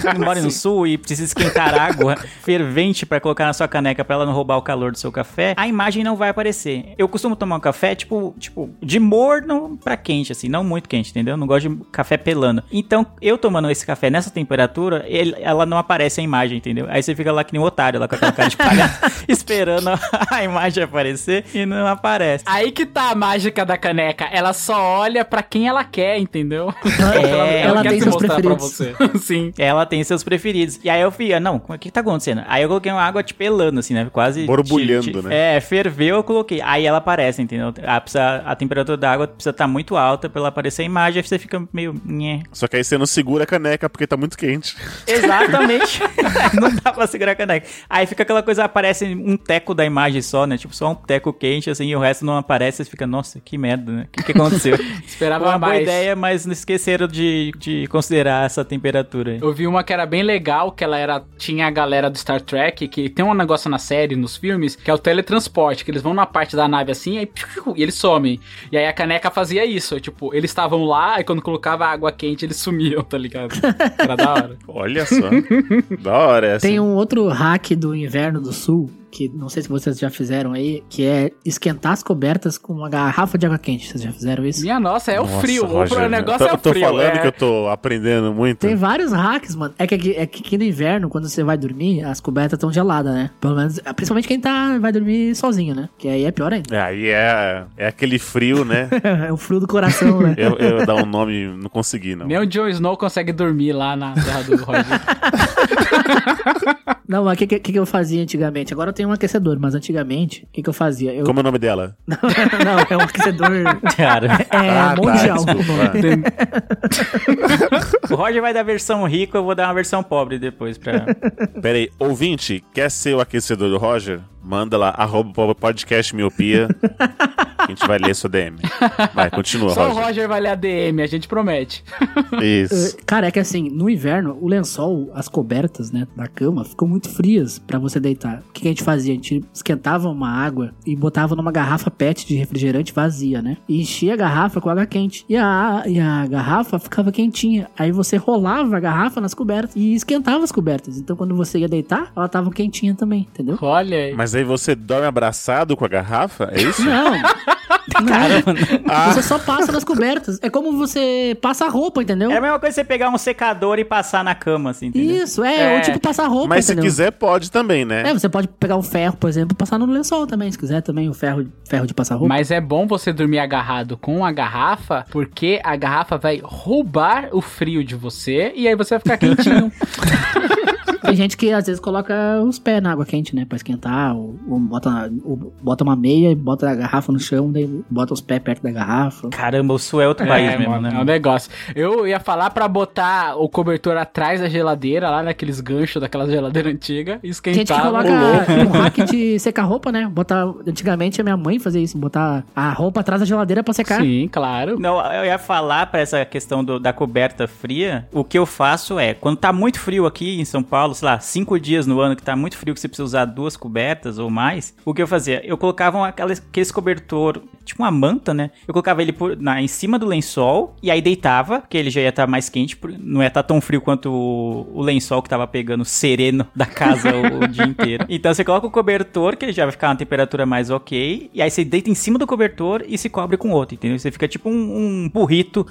e precisa esquentar água fervente pra colocar na sua caneca pra ela não roubar o calor do seu café, a imagem não vai aparecer. Eu costumo tomar um café, tipo, de morno pra quente, assim, não muito quente, entendeu? Eu não gosto de café pelando. Então, eu tomando esse café nessa temperatura, ela não aparece a imagem, entendeu? Aí você fica lá que nem um otário, lá com aquela cara de palhaço, esperando a imagem aparecer e não aparece. Aí que tá a mágica da caneca. Ela só olha pra quem ela quer, entendeu? Ela quer tem se seus mostrar pra preferidos. você. Sim. Ela tem seus preferidos. E aí eu fui, não, o que tá acontecendo? Aí eu coloquei uma água tipo pelando, assim, né? Quase... Borbulhando, né? É, ferveu, eu coloquei. Aí ela aparece, entendeu? A temperatura da água precisa estar muito alta pra ela aparecer a imagem, aí você fica meio... Nhé. Só que aí você não segura a caneca porque tá muito quente. Exatamente. Não dá pra segurar a caneca. Aí fica aquela coisa, aparece um teco da imagem só, né? Tipo, só um teco quente, assim, e o resto não aparece. Você fica, nossa, que merda, né? O que aconteceu? Esperava Foi uma boa mais. ideia, mas não esqueceram de considerar essa temperatura aí. Eu vi uma que era bem legal, que tinha a galera do Star Trek, que tem um negócio na série, nos filmes, que é o teletransporte, que eles vão na parte da nave assim, aí e eles somem. E aí a caneca fazia isso, tipo, eles estavam lá, e quando colocava água quente, eles sumiam, tá ligado? Era da hora. Olha só. Da hora essa. Tem um outro hack do inverno do sul, que não sei se vocês já fizeram aí, que é esquentar as cobertas com uma garrafa de água quente. Vocês já fizeram isso? Minha nossa, é o Nossa, frio. Roger, O negócio é o eu tô frio. falando que eu tô aprendendo muito. Tem vários hacks, mano. É que aqui no inverno, quando você vai dormir, as cobertas estão geladas, né? Pelo menos, principalmente quem vai dormir sozinho, né? Que aí é pior ainda. Aí é aquele frio, né? É o frio do coração, né? Eu dar um nome, não consegui, não. Nem o Jon Snow consegue dormir lá na terra do Roger. Não, mas o que eu fazia antigamente? Agora eu tenho um aquecedor, mas antigamente, o que eu fazia? Como é o nome dela? Não, é um aquecedor... Cara, mundial. o Roger vai dar a versão rica, eu vou dar uma versão pobre depois pra... Pera aí, ouvinte, quer ser o aquecedor do Roger? Manda lá, @podcastmiopia. A gente vai ler sua DM. Vai, continua, Só Roger. o Roger vai ler a DM, a gente promete. Isso. Cara, é que assim, no inverno, o lençol, as cobertas, né, da cama, ficam muito frias pra você deitar. O que a gente fazia? A gente esquentava uma água e botava numa garrafa PET de refrigerante vazia, né? E enchia a garrafa com água quente. E a garrafa ficava quentinha. Aí você rolava a garrafa nas cobertas e esquentava as cobertas. Então quando você ia deitar, ela tava quentinha também, entendeu? Olha aí. Mas aí você dorme abraçado com a garrafa? É isso? Não. Caramba. Você só passa nas cobertas. É como você passa a roupa, entendeu? É a mesma coisa você pegar um secador e passar na cama, assim, entendeu? Isso, ou tipo passar roupa, Mas entendeu? se quiser, pode também, né? Você pode pegar o ferro, por exemplo, e passar no lençol também, se quiser também, o ferro de passar roupa. Mas é bom você dormir agarrado com a garrafa, porque a garrafa vai roubar o frio de você e aí você vai ficar quentinho. Tem gente que às vezes coloca os pés na água quente, né? Pra esquentar, ou bota uma meia e bota a garrafa no chão, daí bota os pés perto da garrafa. Caramba, o sul é outro país mesmo, mano, né? é um negócio. Eu ia falar pra botar o cobertor atrás da geladeira, lá naqueles ganchos daquela geladeira antiga, e Tem gente que esquentar. coloca um rack de secar roupa, né? Antigamente a minha mãe fazia isso, botar a roupa atrás da geladeira pra secar. Sim, claro. Não, eu ia falar pra essa questão da coberta fria, o que eu faço é, quando tá muito frio aqui em São Paulo, sei lá, 5 dias no ano que tá muito frio, que você precisa usar 2 cobertas ou mais, o que eu fazia? Eu colocava aqueles cobertor, tipo uma manta, né? Eu colocava ele em cima do lençol e aí deitava, porque ele já ia estar mais quente, não ia estar tão frio quanto o lençol que tava pegando sereno da casa o dia inteiro. Então você coloca o cobertor, que ele já vai ficar uma temperatura mais ok, e aí você deita em cima do cobertor e se cobre com outro, entendeu? Você fica tipo um burrito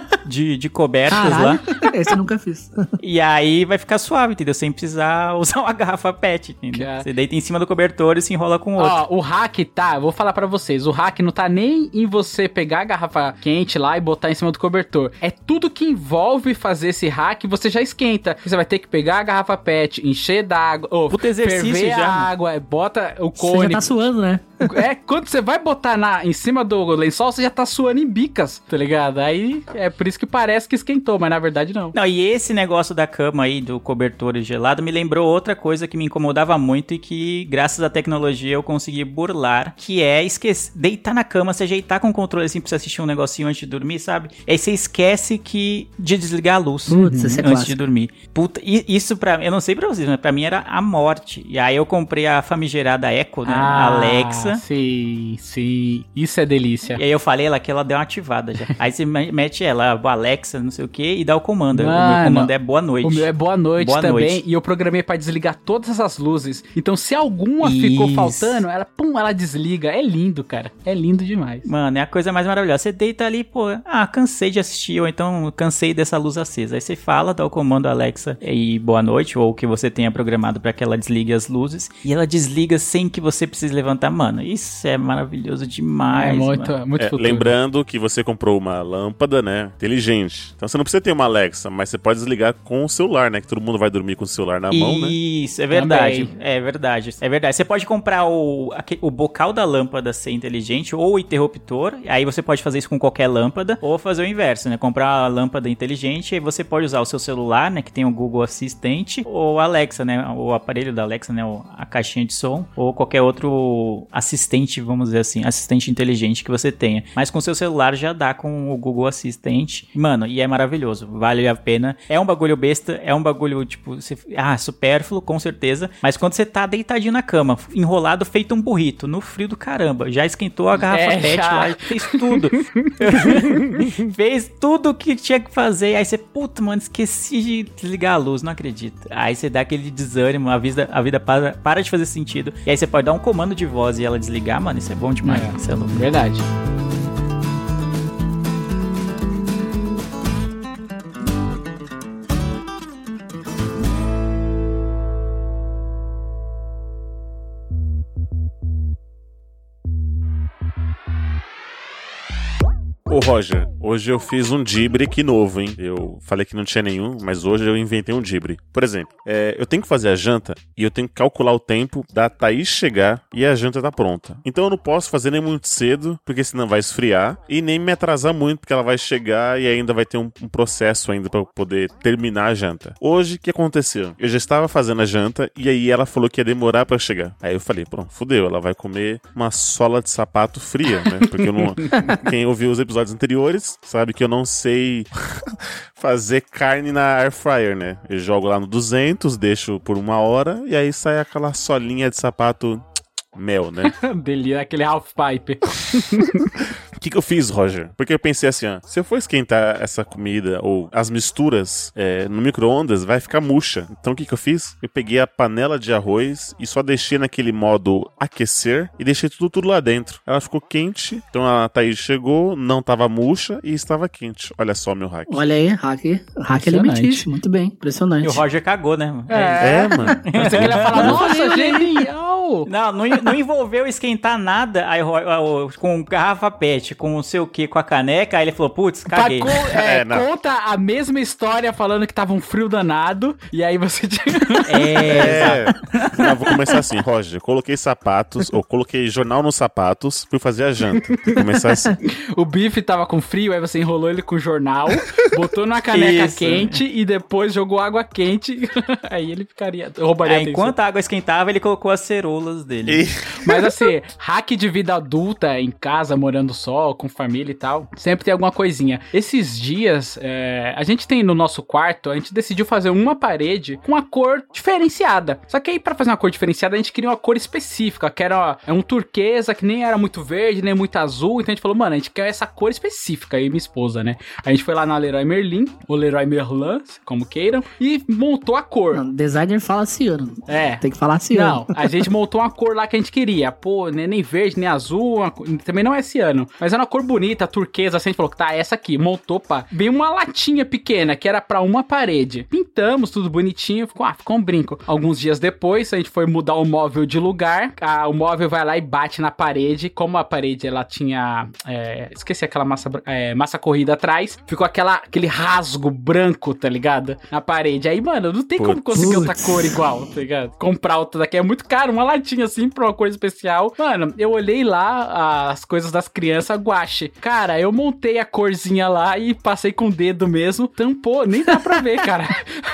de cobertas. Caralho, lá. esse eu nunca fiz. E aí vai ficar suave, entendeu? Sem precisar usar uma garrafa PET, entendeu? Cara. Você deita em cima do cobertor e se enrola com outro. Ó, o hack eu vou falar pra vocês, o hack não tá nem em você pegar a garrafa quente lá e botar em cima do cobertor. É tudo que envolve fazer esse hack, você já esquenta. Você vai ter que pegar a garrafa PET, encher d'água, Puta exercício ferver já, a mano. água, bota o Você cone. já tá suando, né? Quando você vai botar em cima do lençol, você já tá suando em bicas, tá ligado? Aí é por isso que parece que esquentou, mas na verdade não. Não, e esse negócio da cama aí, do cobertor gelado, me lembrou outra coisa que me incomodava muito e que, graças à tecnologia, eu consegui burlar, que é deitar na cama, se ajeitar com o controle assim pra você assistir um negocinho antes de dormir, sabe? Aí você esquece de desligar a luz Putz, isso é antes clássico. de dormir. Puta, isso eu não sei pra vocês, mas pra mim era a morte. E aí eu comprei a famigerada Echo, né? A Alexa. Sim, sim. Isso é delícia. E aí eu falei ela que ela deu uma ativada já. Aí você mete ela, Alexa, não sei o que, e dá o comando. O meu comando é boa noite. O meu é boa noite Boa também. noite. E eu programei pra desligar todas as luzes. Então, se alguma ficou Isso. faltando, ela desliga. É lindo, cara. É lindo demais. Mano, é a coisa mais maravilhosa. Você deita ali, pô, cansei de assistir, ou então cansei dessa luz acesa. Aí você fala, dá o comando Alexa e boa noite, ou o que você tenha programado pra que ela desligue as luzes. E ela desliga sem que você precise levantar. Mano, isso é maravilhoso demais. É muito, mano. muito futuro. Lembrando que você comprou uma lâmpada, né, inteligente. Então você não precisa ter uma Alexa, mas você pode desligar com o celular, né, que todo mundo vai dormir com o celular na mão, né? Isso, é verdade. Também. É verdade. É verdade. Você pode comprar o bocal da lâmpada ser inteligente ou o interruptor. Aí você pode fazer isso com qualquer lâmpada. Ou fazer o inverso, né? Comprar a lâmpada inteligente. Aí você pode usar o seu celular, né? Que tem o Google Assistente. Ou a Alexa, né? O aparelho da Alexa, né? A caixinha de som. Ou qualquer outro assistente, vamos dizer assim. Assistente inteligente que você tenha. Mas com o seu celular já dá com o Google Assistente. Mano, e é maravilhoso. Vale a pena. É um bagulho besta. É um bagulho, tipo... supérfluo, com certeza. Mas quando você tá deitadinho na cama, enrolado, feito um burrito, no frio do caramba, já esquentou a garrafa PET lá, fez tudo. Fez tudo o que tinha que fazer. Aí você, puta, mano, esqueci de desligar a luz, não acredito. Aí você dá aquele desânimo, a vida para de fazer sentido. E aí você pode dar um comando de voz e ela desligar, mano, isso é bom demais. Isso é louco. Verdade. Ô, Roger, hoje eu fiz um dibre aqui novo, hein? Eu falei que não tinha nenhum, mas hoje eu inventei um dibre. Por exemplo, eu tenho que fazer a janta e eu tenho que calcular o tempo da Thaís chegar e a janta tá pronta. Então eu não posso fazer nem muito cedo, porque senão vai esfriar, e nem me atrasar muito, porque ela vai chegar e ainda vai ter um processo ainda pra eu poder terminar a janta. Hoje, o que aconteceu? Eu já estava fazendo a janta e aí ela falou que ia demorar pra chegar. Aí eu falei, pronto, fudeu, ela vai comer uma sola de sapato fria, né? Porque eu não... Quem ouviu os episódios anteriores sabe que eu não sei fazer carne na air fryer, né? Eu jogo lá no 200, deixo por 1 hora e aí sai aquela solinha de sapato mel, né? Dele, aquele half pipe. O que eu fiz, Roger? Porque eu pensei assim, ó, se eu for esquentar essa comida ou as misturas no micro-ondas, vai ficar murcha. Então o que eu fiz? Eu peguei a panela de arroz e só deixei naquele modo aquecer e deixei tudo lá dentro. Ela ficou quente, então a Thaís chegou, não tava murcha e estava quente. Olha só meu hack. Olha aí, hack alimentício. Muito bem, impressionante. E o Roger cagou, né? Mano. Você queria falar, nossa, genial! Não envolveu esquentar nada aí, com garrafa pet, com não sei o que, com a caneca, aí ele falou, putz, caguei. Conta a mesma história falando que tava um frio danado, e aí você... Não, vou começar assim, Roger, coloquei sapatos, ou coloquei jornal nos sapatos, fui fazer a janta. Vou começar assim. O bife tava com frio, aí você enrolou ele com jornal, botou numa caneca quente, e depois jogou água quente, aí ele roubaria atenção. Enquanto a água esquentava, ele colocou as ceroulas dele. Mas assim, hack de vida adulta, em casa, morando só, com família e tal, sempre tem alguma coisinha. Esses dias, a gente tem no nosso quarto, a gente decidiu fazer uma parede com a cor diferenciada. Só que aí, pra fazer uma cor diferenciada, a gente queria uma cor específica, que era um turquesa, que nem era muito verde, nem muito azul, então a gente falou, mano, a gente quer essa cor específica, aí minha esposa, né? A gente foi lá na Leroy Merlin, ou Leroy Merlin, como queiram, e montou a cor. Não, designer fala ciano. Tem que falar ciano. Não, a gente montou uma cor lá que a gente queria. Pô, nem verde, nem azul, também não é ciano. Mas era uma cor bonita, turquesa, assim, a gente falou, tá, essa aqui, montou, pá. Veio uma latinha pequena, que era pra uma parede. Pintamos, tudo bonitinho, ficou um brinco. Alguns dias depois, a gente foi mudar o móvel de lugar, o móvel vai lá e bate na parede. Como a parede, ela tinha, esqueci aquela massa corrida atrás, ficou aquele rasgo branco, tá ligado? Na parede. Aí, mano, não tem como conseguir outra cor igual, tá ligado? Comprar outra daqui é muito caro, uma latinha assim pra uma cor especial. Mano, eu olhei lá as coisas das crianças, guache. Cara, eu montei a corzinha lá e passei com o dedo mesmo, tampou, nem dá pra ver, cara.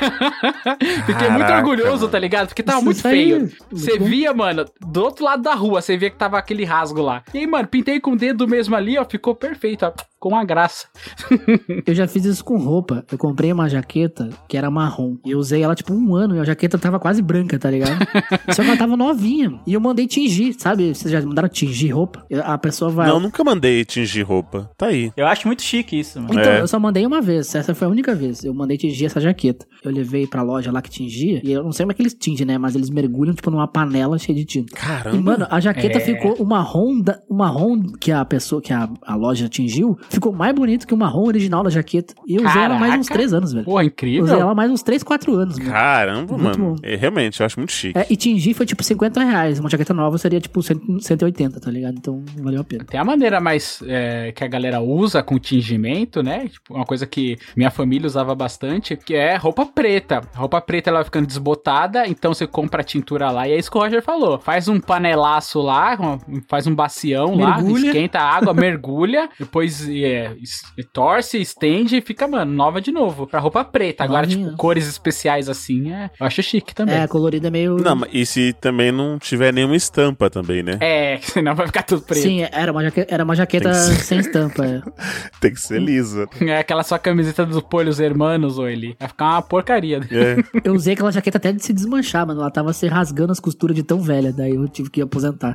Fiquei muito orgulhoso, mano. Tá ligado? Porque tava muito feio. Você via, mano, do outro lado da rua, você via que tava aquele rasgo lá. E aí, mano, pintei com o dedo mesmo ali, ó, ficou perfeito, ó. Com uma graça. Eu já fiz isso com roupa. Eu comprei uma jaqueta que era marrom. E eu usei ela tipo 1 ano e a jaqueta tava quase branca, tá ligado? Só que ela tava novinha. E eu mandei tingir, sabe? Vocês já mandaram tingir roupa? A pessoa vai... Não, nunca mandei tingir roupa. Tá aí. Eu acho muito chique isso, mano. Então, eu só mandei uma vez. Essa foi a única vez. Eu mandei tingir essa jaqueta. Eu levei pra loja lá que tingia. E eu não sei como é que eles tingem, né? Mas eles mergulham tipo numa panela cheia de tinta. Caramba. E, mano, a jaqueta ficou o marrom que a pessoa, que a loja tingiu, ficou mais bonito que o marrom original da jaqueta. E eu usei ela mais uns 3 anos, velho. Porra, incrível. Usei ela mais uns 3, 4 anos, mano. Caramba, muito mano. Bom. Realmente, eu acho muito chique. E tingir foi tipo R$50. Uma jaqueta nova seria tipo 180, tá ligado? Então valeu a pena. Tem a maneira mais que a galera usa com tingimento, né? Tipo, uma coisa que minha família usava bastante, que é roupa preta. Roupa preta, ela vai ficando desbotada, então você compra a tintura lá. E é isso que o Roger falou. Faz um panelaço lá, faz um bacião mergulha. Lá, esquenta a água, mergulha, depois torce, estende e fica, mano, nova de novo. Pra roupa preta. Agora, tipo, cores especiais assim, eu acho chique também. A colorida é meio... Não, e se também não tiver nenhuma estampa também, né? Senão vai ficar tudo preto. Sim, era uma jaqueta sem estampa. Tem que ser lisa. É aquela sua camiseta dos Polhos Hermanos, ou ele. Vai ficar uma porcaria. Eu usei aquela jaqueta até de se desmanchar, mano. Ela tava se rasgando as costuras de tão velha. Daí eu tive que aposentar.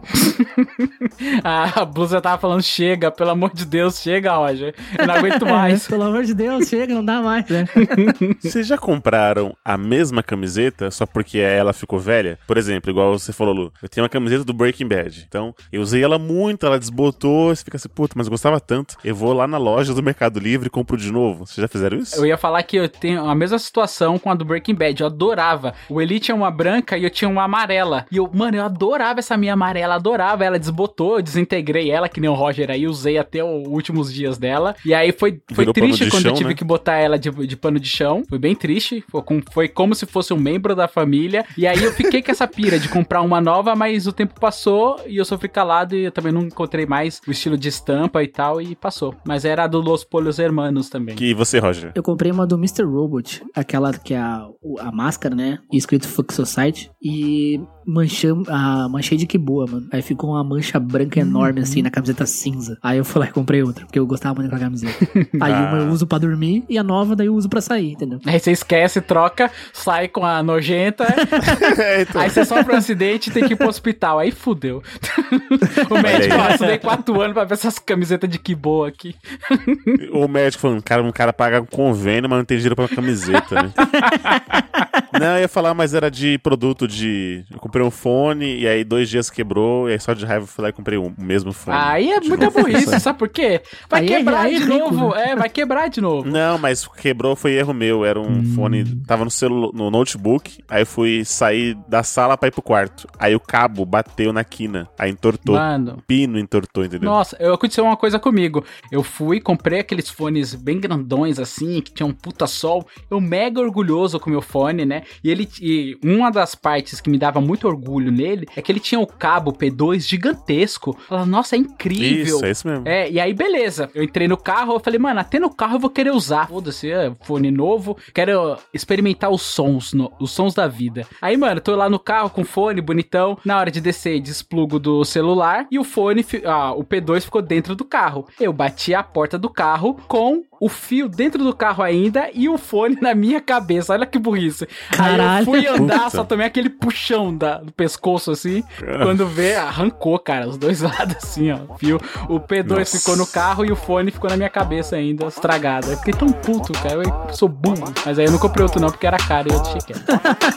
A blusa tava falando, chega, pelo amor de Deus, chega, Roger. Eu não aguento mais. Pelo amor de Deus, chega, não dá mais, né? Vocês já compraram a mesma camiseta só porque ela ficou velha? Por exemplo, igual você falou, Lu, eu tenho uma camiseta do Breaking Bad. Então, eu usei ela muito, ela desbotou, você fica assim, puta, mas eu gostava tanto. Eu vou lá na loja do Mercado Livre e compro de novo. Vocês já fizeram isso? Eu ia falar que eu tenho a mesma situação com a do Breaking Bad. Eu adorava. O Eli tinha uma branca e eu tinha uma amarela. E eu adorava essa minha amarela, adorava. Ela desbotou, eu desintegrei ela, que nem o Roger aí, usei até os últimos dias dela. E aí foi triste quando eu tive que botar ela de pano de chão. Foi bem triste. Foi como se fosse um membro da família. E aí eu fiquei com essa pira de comprar uma nova, mas o tempo passou e eu sofri calado e eu também não encontrei mais o estilo de estampa e tal, e passou. Mas era a do Los Pollos Hermanos também. E você, Roger? Eu comprei uma do Mr. Robot, aquela que é a máscara, né? Escrito Fuck Society. E manchei de que boa, mano. Aí ficou uma mancha branca enorme, assim, na camiseta cinza. Aí eu fui lá e comprei outra, porque eu gostava muito daquela camiseta. Aí uma eu uso pra dormir e a nova daí eu uso pra sair, entendeu? Aí você esquece, troca, sai com a nojenta. Então. Aí você sofre um acidente e tem que ir pro hospital. Aí fudeu. O médico, ó, estudei 4 anos pra ver essas camisetas de que boa aqui. O médico falando, um cara paga um convênio, mas não tem dinheiro pra uma camiseta, né? Não, eu ia falar, mas era de produto de... Eu comprei um fone e aí 2 dias quebrou e aí só de raiva eu fui lá e comprei o mesmo fone. Aí é muita burrice, sabe por quê? Vai aí quebrar de novo. Vai quebrar de novo. Não, mas quebrou foi erro meu. Era um fone, tava no notebook, aí eu fui sair da sala pra ir pro quarto. Aí o cabo bateu na quina, aí entortou. Mano. O pino entortou, entendeu? Nossa, aconteceu uma coisa comigo. Eu comprei aqueles fones bem grandões assim, que tinham um puta sol. Eu mega orgulhoso com o meu fone, né? E uma das partes que me dava muito orgulho nele é que ele tinha o cabo P2 gigantesco. Eu falava, nossa, é incrível. Isso, é isso mesmo. E aí beleza. Eu entrei no carro, eu falei, mano, até no carro eu vou querer usar. Foda-se, fone novo. Quero experimentar os sons da vida. Aí, mano, tô lá no carro com fone bonitão. Na hora de descer, desplugo do celular e o fone, o P2 ficou dentro do carro. Eu bati a porta do carro com o fio dentro do carro ainda e o fone na minha cabeça. Olha que burrice. Caralho. Aí eu fui andar, só tomei aquele puxão do pescoço, assim. Quando vê, arrancou, cara, os dois lados, assim, ó. Fio. O P2 ficou no carro e o fone ficou na minha cabeça ainda, estragado. Eu fiquei tão puto, cara. Eu sou burro. Mas aí eu não comprei outro não, porque era caro e eu deixei quieto.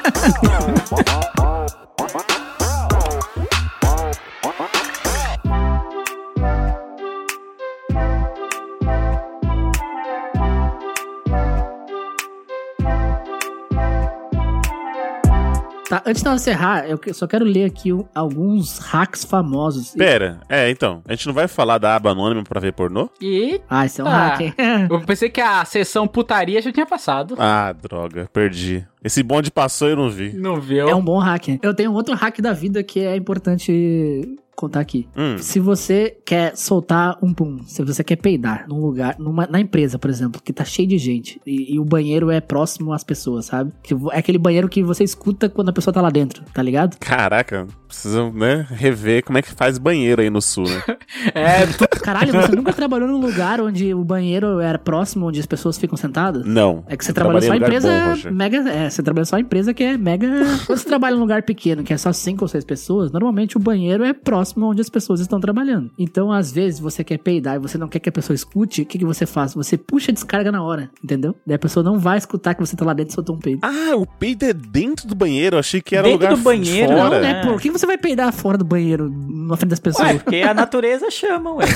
Tá, antes de nós encerrar, eu só quero ler aqui alguns hacks famosos. Pera, então, a gente não vai falar da aba anônima pra ver pornô? Isso é um hack, hein? Eu pensei que a sessão putaria já tinha passado. Ah, droga, perdi. Esse bonde passou e eu não vi. Não viu? É um bom hack. Eu tenho outro hack da vida que é importante contar aqui. Se você quer soltar um pum, se você quer peidar num lugar, na empresa, por exemplo, que tá cheio de gente e o banheiro é próximo às pessoas, sabe? É aquele banheiro que você escuta quando a pessoa tá lá dentro, tá ligado? Caraca, precisam, né, rever como é que faz banheiro aí no sul, né? Caralho, você nunca trabalhou num lugar onde o banheiro era próximo, onde as pessoas ficam sentadas? Não. É que você trabalhou só em empresa mega... você trabalha só em empresa que é mega... Quando você trabalha num lugar pequeno, que é só 5 ou 6 pessoas, normalmente o banheiro é próximo onde as pessoas estão trabalhando. Então, às vezes, você quer peidar e você não quer que a pessoa escute, o que você faz? Você puxa a descarga na hora, entendeu? Daí a pessoa não vai escutar que você tá lá dentro e soltou um peido. Ah, o peido é dentro do banheiro? Eu achei que era dentro lugar do banheiro, fora. Não, né? Por que você vai peidar fora do banheiro, na frente das pessoas? Porque a natureza chama, ué.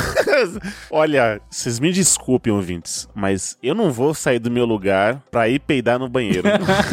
Olha, vocês me desculpem, ouvintes, mas eu não vou sair do meu lugar pra ir peidar no banheiro.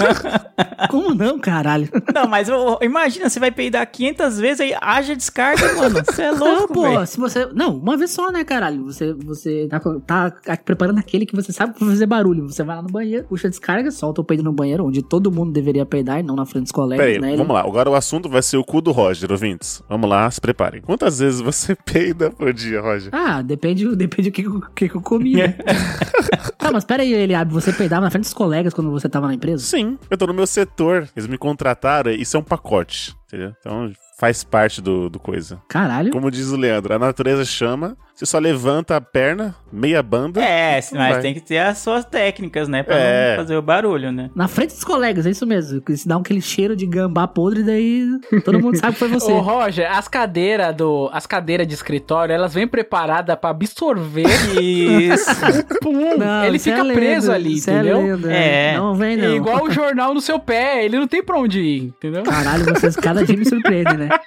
Como não, caralho? Não, mas imagina, você vai peidar 500 vezes aí haja descarga, mano. Você é louco, não, pô, véio. se você... Não, uma vez só, né, caralho? Você tá preparando aquele que você sabe que vai fazer barulho. Você vai lá no banheiro, puxa a descarga, solta o peido no banheiro, onde todo mundo deveria peidar e não na frente dos colegas, Peraí, né? vamos lá. Agora o assunto vai ser o cu do Roger, ouvintes. Vamos lá, se preparem. Quantas vezes você peida por dia, Roger? Ah, depende do que eu comi, né? Tá, mas pera aí, Eliabe, você peidava na frente dos colegas quando você tava na empresa? Sim, eu tô no meu setor. Eles me contrataram, isso é um pacote, entendeu? Então faz parte do coisa. Caralho. Como diz o Leandro, a natureza chama, você só levanta a perna, meia banda. Mas tem que ter as suas técnicas, né? Pra não fazer o barulho, né? Na frente dos colegas, é isso mesmo. Se dá aquele cheiro de gambá podre, daí todo mundo sabe que foi você. Ô, Roger, as cadeiras de escritório, elas vêm preparadas pra absorver isso. Pum, não, ele fica preso ali, entendeu? Não vem, não. É igual o jornal no seu pé, ele não tem pra onde ir, entendeu? Caralho, vocês cada dia me surpreendem, né?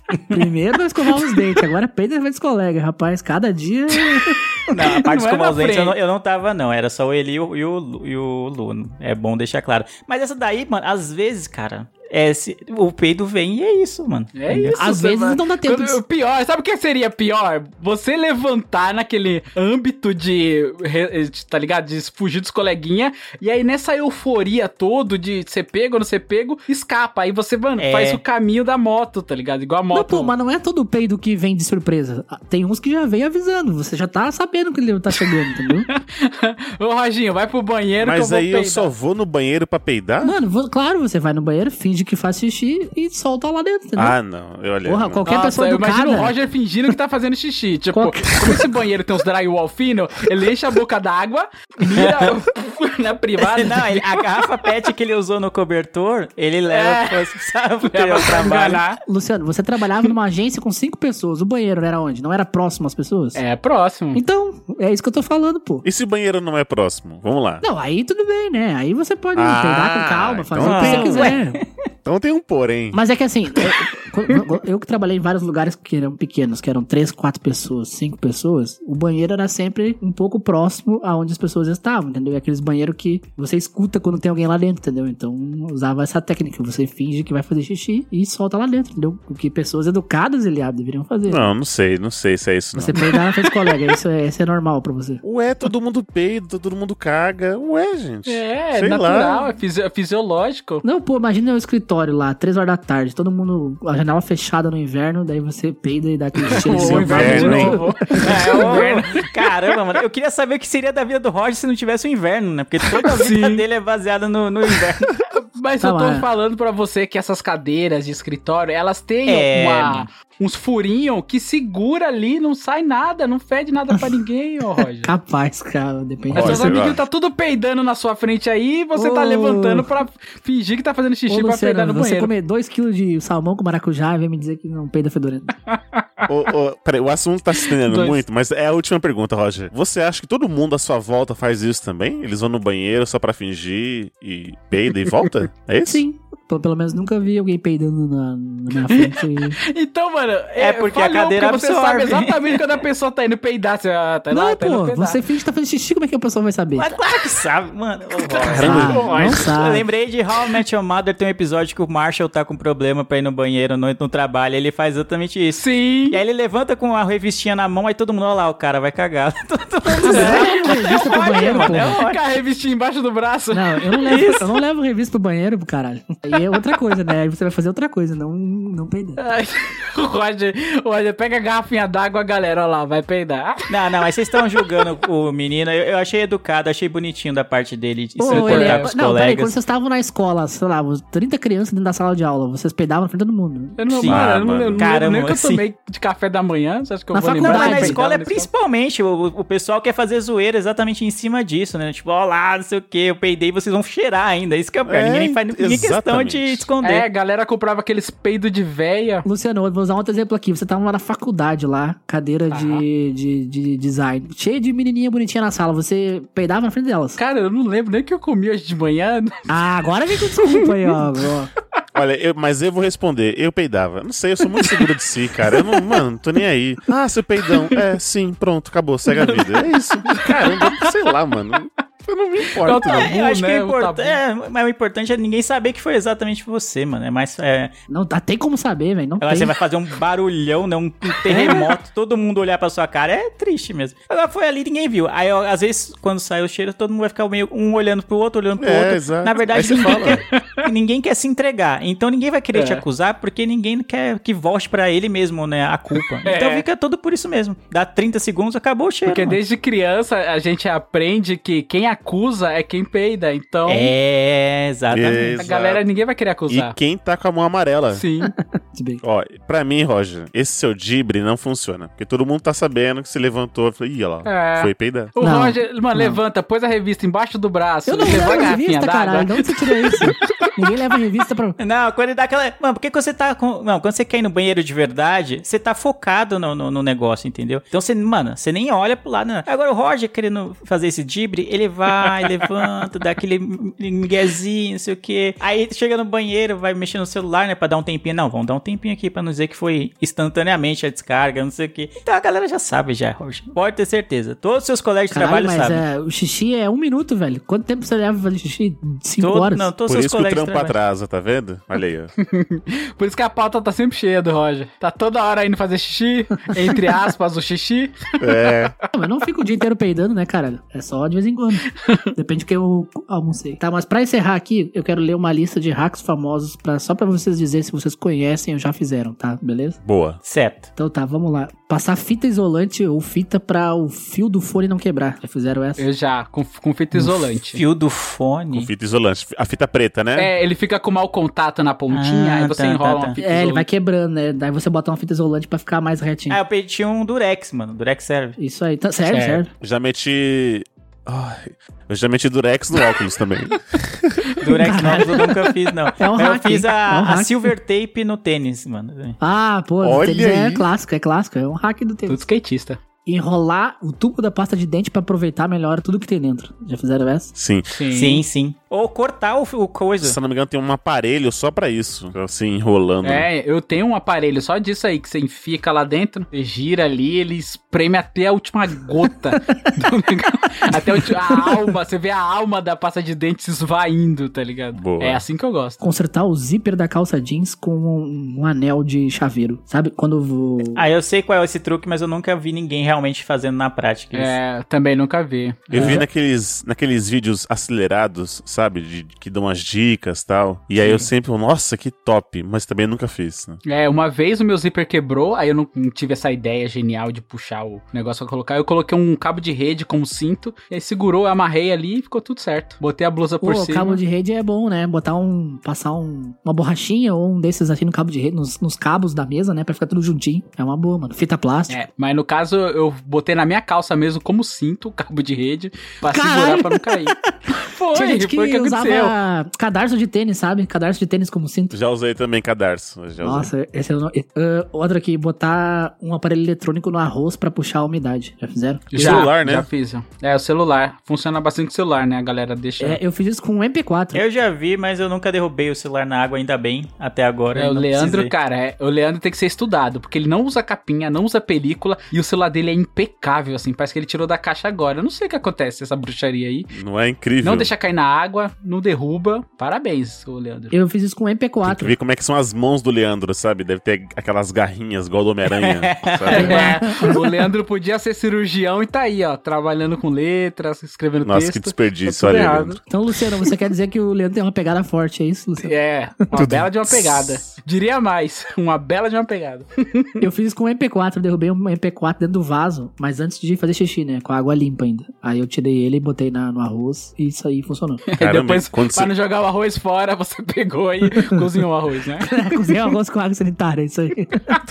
Primeiro vai escovar os dentes, agora peida na frente dos colegas, rapaz. Cada dia... Não, a parte de Não é escovar na os dentes frente. eu não tava, não. Era só o Eli e o Luno. É bom deixar claro. Mas essa daí, mano, às vezes, cara... o peido vem e é isso, mano. É isso. Às você vezes não dá tempo de- O pior, sabe o que seria pior? Você levantar naquele âmbito de, tá ligado? De fugir dos coleguinha, e aí nessa euforia todo de ser pego ou não ser pego, escapa. Aí você, mano, faz o caminho da moto, tá ligado? Igual a Não, moto. pô, mas não é todo peido que vem de surpresa. Tem uns que já vem avisando. Você já tá sabendo que ele tá chegando, entendeu? Ô, Roginho, vai pro banheiro que eu Mas vou aí eu peidar. só vou no banheiro pra peidar? Mano, claro, você vai no banheiro, finge que faz xixi e solta lá dentro, entendeu? Ah, não. Olha. Porra, não. qualquer Nossa, pessoa eu imagino educada... o Roger fingindo que tá fazendo xixi. Tipo, Qualquer- como esse banheiro tem uns drywall fino, ele enche a boca d'água, mira na privada. Não, a garrafa pet que ele usou no cobertor, ele leva pra, sabe, Leva pra pra trabalho. enganar. Luciano, você trabalhava numa agência com 5 pessoas. O banheiro era onde? Não era próximo às pessoas? É, próximo. Então, é isso que eu tô falando, pô. E se o banheiro não é próximo? Vamos lá. Não, aí tudo bem, né? Aí você pode peidar com calma, fazer então o que você tem- quiser. Então tem um porém. Mas é que assim, eu que trabalhei em vários lugares que eram pequenos, que eram 3, 4 pessoas, 5 pessoas, o banheiro era sempre um pouco próximo aonde as pessoas estavam, entendeu? E aqueles banheiros que você escuta quando tem alguém lá dentro, entendeu? Então usava essa técnica, você finge que vai fazer xixi e solta lá dentro, entendeu? O que pessoas educadas, Eliab, deveriam fazer. Não sei se é isso não. Você peidar na frente do colega, isso é normal pra você. Ué, todo mundo peida, todo mundo caga. Ué, gente. É, Sei natural, lá. é fisiológico. Não, pô, imagina o escritório lá, 3 horas da tarde, todo mundo, a janela fechada no inverno, daí você peida e dá aquele cheiro O de inverno de inverno, hein? novo. Caramba, mano. Eu queria saber o que seria da vida do Roger se não tivesse o inverno, né? Porque toda a vida Sim. dele é baseada no inverno. Mas Tá, eu tô mas- falando pra você que essas cadeiras de escritório, elas têm uns furinhos que segura ali, não sai nada, não fede nada pra ninguém, ô Roger. Capaz, cara, depende. Os seus Roger, amiguinhos ó. tá tudo peidando na sua frente aí e você tá Ô. levantando pra fingir que tá fazendo xixi pra peidar no você banheiro. comer 2 kg de salmão com maracujá e vem me dizer que não peida fedorento. Peraí, o assunto tá se estendendo Dois. muito, mas é a última pergunta, Roger. Você acha que todo mundo à sua volta faz isso também? Eles vão no banheiro só pra fingir e peida e volta? É isso? Sim, pelo menos nunca vi alguém peidando na minha frente. Então, mano, É porque a falhou, cadeira porque você absorve. sabe exatamente quando a pessoa tá indo peidar. Você tá Não, lá, tá indo pô, peidar. você finge que tá fazendo xixi, como é que a pessoa vai saber? Mas claro que sabe, mano. Ô, Roger. Caramba. não Eu sabe. lembrei de How I Met Your Mother, tem um episódio que o Marshall tá com problema pra ir no banheiro no trabalho, ele faz exatamente isso. Sim. E aí ele levanta com a revistinha na mão, aí todo mundo, olha lá, o cara vai cagar. Revista pro banheiro, mano, é pô. ótimo. Com a revistinha embaixo do braço. Não, eu não levo revista pro banheiro, caralho. Aí é outra coisa, né? Aí você vai fazer outra coisa, não peidar. Ai, o Roger, pega a garrafinha d'água, galera, olha lá, vai peidar. Não, mas vocês estão julgando o menino, eu achei educado, achei bonitinho da parte dele de se Pô, importar com os não, peraí, quando colegas. vocês estavam na escola, sei lá, 30 crianças dentro da sala de aula, vocês peidavam na frente de todo mundo. Eu não, Sim. mano, eu Ah, não, mano. eu não Caramba, lembro nem que eu sim. tomei de café da manhã. Você acha que eu Na vou faculdade, lembrar? Não, mas na peidava escola é principalmente, o pessoal quer fazer zoeira exatamente em cima disso, né? Tipo, ó lá, não sei o que, eu peidei, vocês vão cheirar ainda. Isso que é o pior. É, Ninguém faz questão exatamente. de esconder. É, a galera comprava aqueles peidos de véia. Luciano, eu vou usar um outro exemplo aqui. Você tava lá na faculdade lá, cadeira de design, cheio de menininha bonitinha na sala. Você peidava na frente delas. Cara, eu não lembro nem o que eu comi hoje de manhã. Ah, agora vem com desculpa aí, ó. Olha, mas eu vou responder. Eu peidava. Não sei, eu sou muito seguro de si, cara. Eu não, mano, não tô nem aí. Ah, seu peidão. É, sim, pronto, acabou, segue a vida. É isso. Caramba, sei lá, mano. Eu não me importo, Tá não. bom. Eu acho que né, o o importante, mas o importante é ninguém saber que foi exatamente você, mano. É mais. Não tem como saber, velho. Não Agora tem. você vai fazer um barulhão, né? Um terremoto, todo mundo olhar pra sua cara. É triste mesmo. Agora foi ali, ninguém viu. Aí, ó, às vezes, quando sai o cheiro, todo mundo vai ficar meio um olhando pro outro, olhando pro outro. Exato. Na Aí verdade, você ninguém quer se entregar. Então ninguém vai querer te acusar porque ninguém quer que volte pra ele mesmo, né? A culpa. Então fica tudo por isso mesmo. Dá 30 segundos, acabou o cheiro. Porque mano. desde criança a gente aprende que quem acusa é quem peida. Então, É, exatamente. a galera, ninguém vai querer E acusar. quem tá com a mão amarela? Sim. Se bem. Ó, pra mim, Roger, esse seu dibre não funciona. Porque todo mundo tá sabendo que você levantou. Falei, ih, olha lá, É. foi peidar. O Não, Roger, mano, levanta, pôs a revista embaixo do braço, Eu não levou a levo garrafinha revista, d'água. caralho. De onde você tirou isso? Ninguém leva revista pra... Não, quando ele dá aquela. Mano, porque quando você tá com. Não, quando você quer ir no banheiro de verdade, você tá focado no negócio, entendeu? Então você, mano, você nem olha pro lado, não. Agora o Roger querendo fazer esse dibre, ele vai vai, levanta, dá aquele miguezinho, não sei o quê. Aí chega no banheiro, vai mexer no celular, né, pra dar um tempinho. Não, vamos dar um tempinho aqui pra não dizer que foi instantaneamente a descarga, não sei o quê. Então a galera já sabe já, Roger. Pode ter certeza. Todos os seus colegas de trabalho sabem. O xixi é 1 minuto, velho. Quanto tempo você leva pra fazer xixi? 5 horas? Não, todos Por os seus isso que o colegas de trampo trabalho. atrasa, tá vendo? Olha aí, ó. Por isso que a pauta tá sempre cheia do Roger. Tá toda hora indo fazer xixi, entre aspas, o xixi. É. Não, mas não fica o dia inteiro peidando, né, caralho? É só de vez em quando. Depende do que eu almocei. Tá, mas pra encerrar aqui, eu quero ler uma lista de hacks famosos só pra vocês dizerem se vocês conhecem ou já fizeram, tá? Beleza? Boa. Certo. Então tá, vamos lá. Passar fita isolante ou fita pra o fio do fone não quebrar. Já fizeram essa? Eu já, com fita isolante. Fio do fone. Com fita isolante. A fita preta, né? É, ele fica com mau contato na pontinha, aí você enrola uma fita isolante. Ele vai quebrando, né? Daí você bota uma fita isolante pra ficar mais retinho. Ah, eu pedi um Durex, mano. Durex serve. Isso aí. Tá, serve. Já meti... Ai, eu já meti Durex no óculos também. Durex não, eu nunca fiz, não. É um Mas eu hack, fiz hein? É um a hack. silver tape no tênis, mano. Ah, pô, Olha tênis é aí. clássico. É um hack do tênis. Tudo skatista. Enrolar o tubo da pasta de dente pra aproveitar melhor tudo que tem dentro. Já fizeram essa? Sim. Sim. Ou cortar o coisa. Se eu não me engano, tem um aparelho só pra isso. Assim, enrolando. É, eu tenho um aparelho só disso aí, que você enfia lá dentro, você gira ali, ele espreme até a última gota do negócio. Até a alma, você vê a alma da pasta de dente se esvaindo, tá ligado? Boa. É assim que eu gosto. Consertar o zíper da calça jeans com um anel de chaveiro. Sabe? Quando Ah, eu sei qual é esse truque, mas eu nunca vi ninguém realmente fazendo na prática isso. É, também nunca vi. Eu vi naqueles vídeos acelerados, sabe? Que dão as dicas e tal. E aí eu sempre, nossa, que top. Mas também nunca fiz, né? É, uma vez o meu zíper quebrou, aí eu não tive essa ideia genial de puxar o negócio pra colocar. Eu coloquei um cabo de rede com um cinto, e aí segurou, eu amarrei ali e ficou tudo certo. Botei a blusa por o cima. cabo de rede é bom, né? Passar uma borrachinha ou um desses assim no cabo de rede, nos cabos da mesa, né? Pra ficar tudo juntinho. É uma boa, mano. Fita plástica. É, mas no caso eu botei na minha calça mesmo como cinto, o cabo de rede, pra Caralho! segurar pra não cair. Tinha gente que foi o que usava aconteceu. cadarço de tênis, sabe? Cadarço de tênis como cinto. Já usei também cadarço. Nossa, esse é o nome. Outro aqui, botar um aparelho eletrônico no arroz pra puxar a umidade. Já fizeram? celular, né? Já fiz. É, o celular. Funciona bastante com o celular, né? A galera deixa... É, eu fiz isso com um MP4. Eu já vi, mas eu nunca derrubei o celular na água, ainda bem, até agora. É, o não Leandro, precisei. cara, o Leandro tem que ser estudado, porque ele não usa capinha, não usa película, e o celular dele é impecável, assim, parece que ele tirou da caixa agora. Eu não sei o que acontece, essa bruxaria aí. Não é incrível? Não deixa cair na água, não derruba. Parabéns, ô Leandro. Eu fiz isso com um Tem que MP4. ver como é que são as mãos do Leandro, sabe? Deve ter aquelas garrinhas igual do Homem-Aranha, sabe? É, o Leandro podia ser cirurgião e tá aí, ó, trabalhando com letras, escrevendo Nossa, texto. que desperdício, Tá tudo olha, errado. Leandro. Então, Luciano, você quer dizer que o Leandro tem uma pegada forte, é isso, Luciano? É, uma bela de uma pegada. Diria mais, uma bela de uma pegada. Eu fiz isso com um MP4, eu derrubei um MP4 dentro do vaso, mas antes de fazer xixi, né? Com água limpa ainda. Aí eu tirei ele e botei no arroz e isso aí funcionou. Aí Caramba, depois, quando pra você- não jogar o arroz fora, você pegou e cozinhou o arroz, né? Cozinhei arroz com água sanitária, isso aí.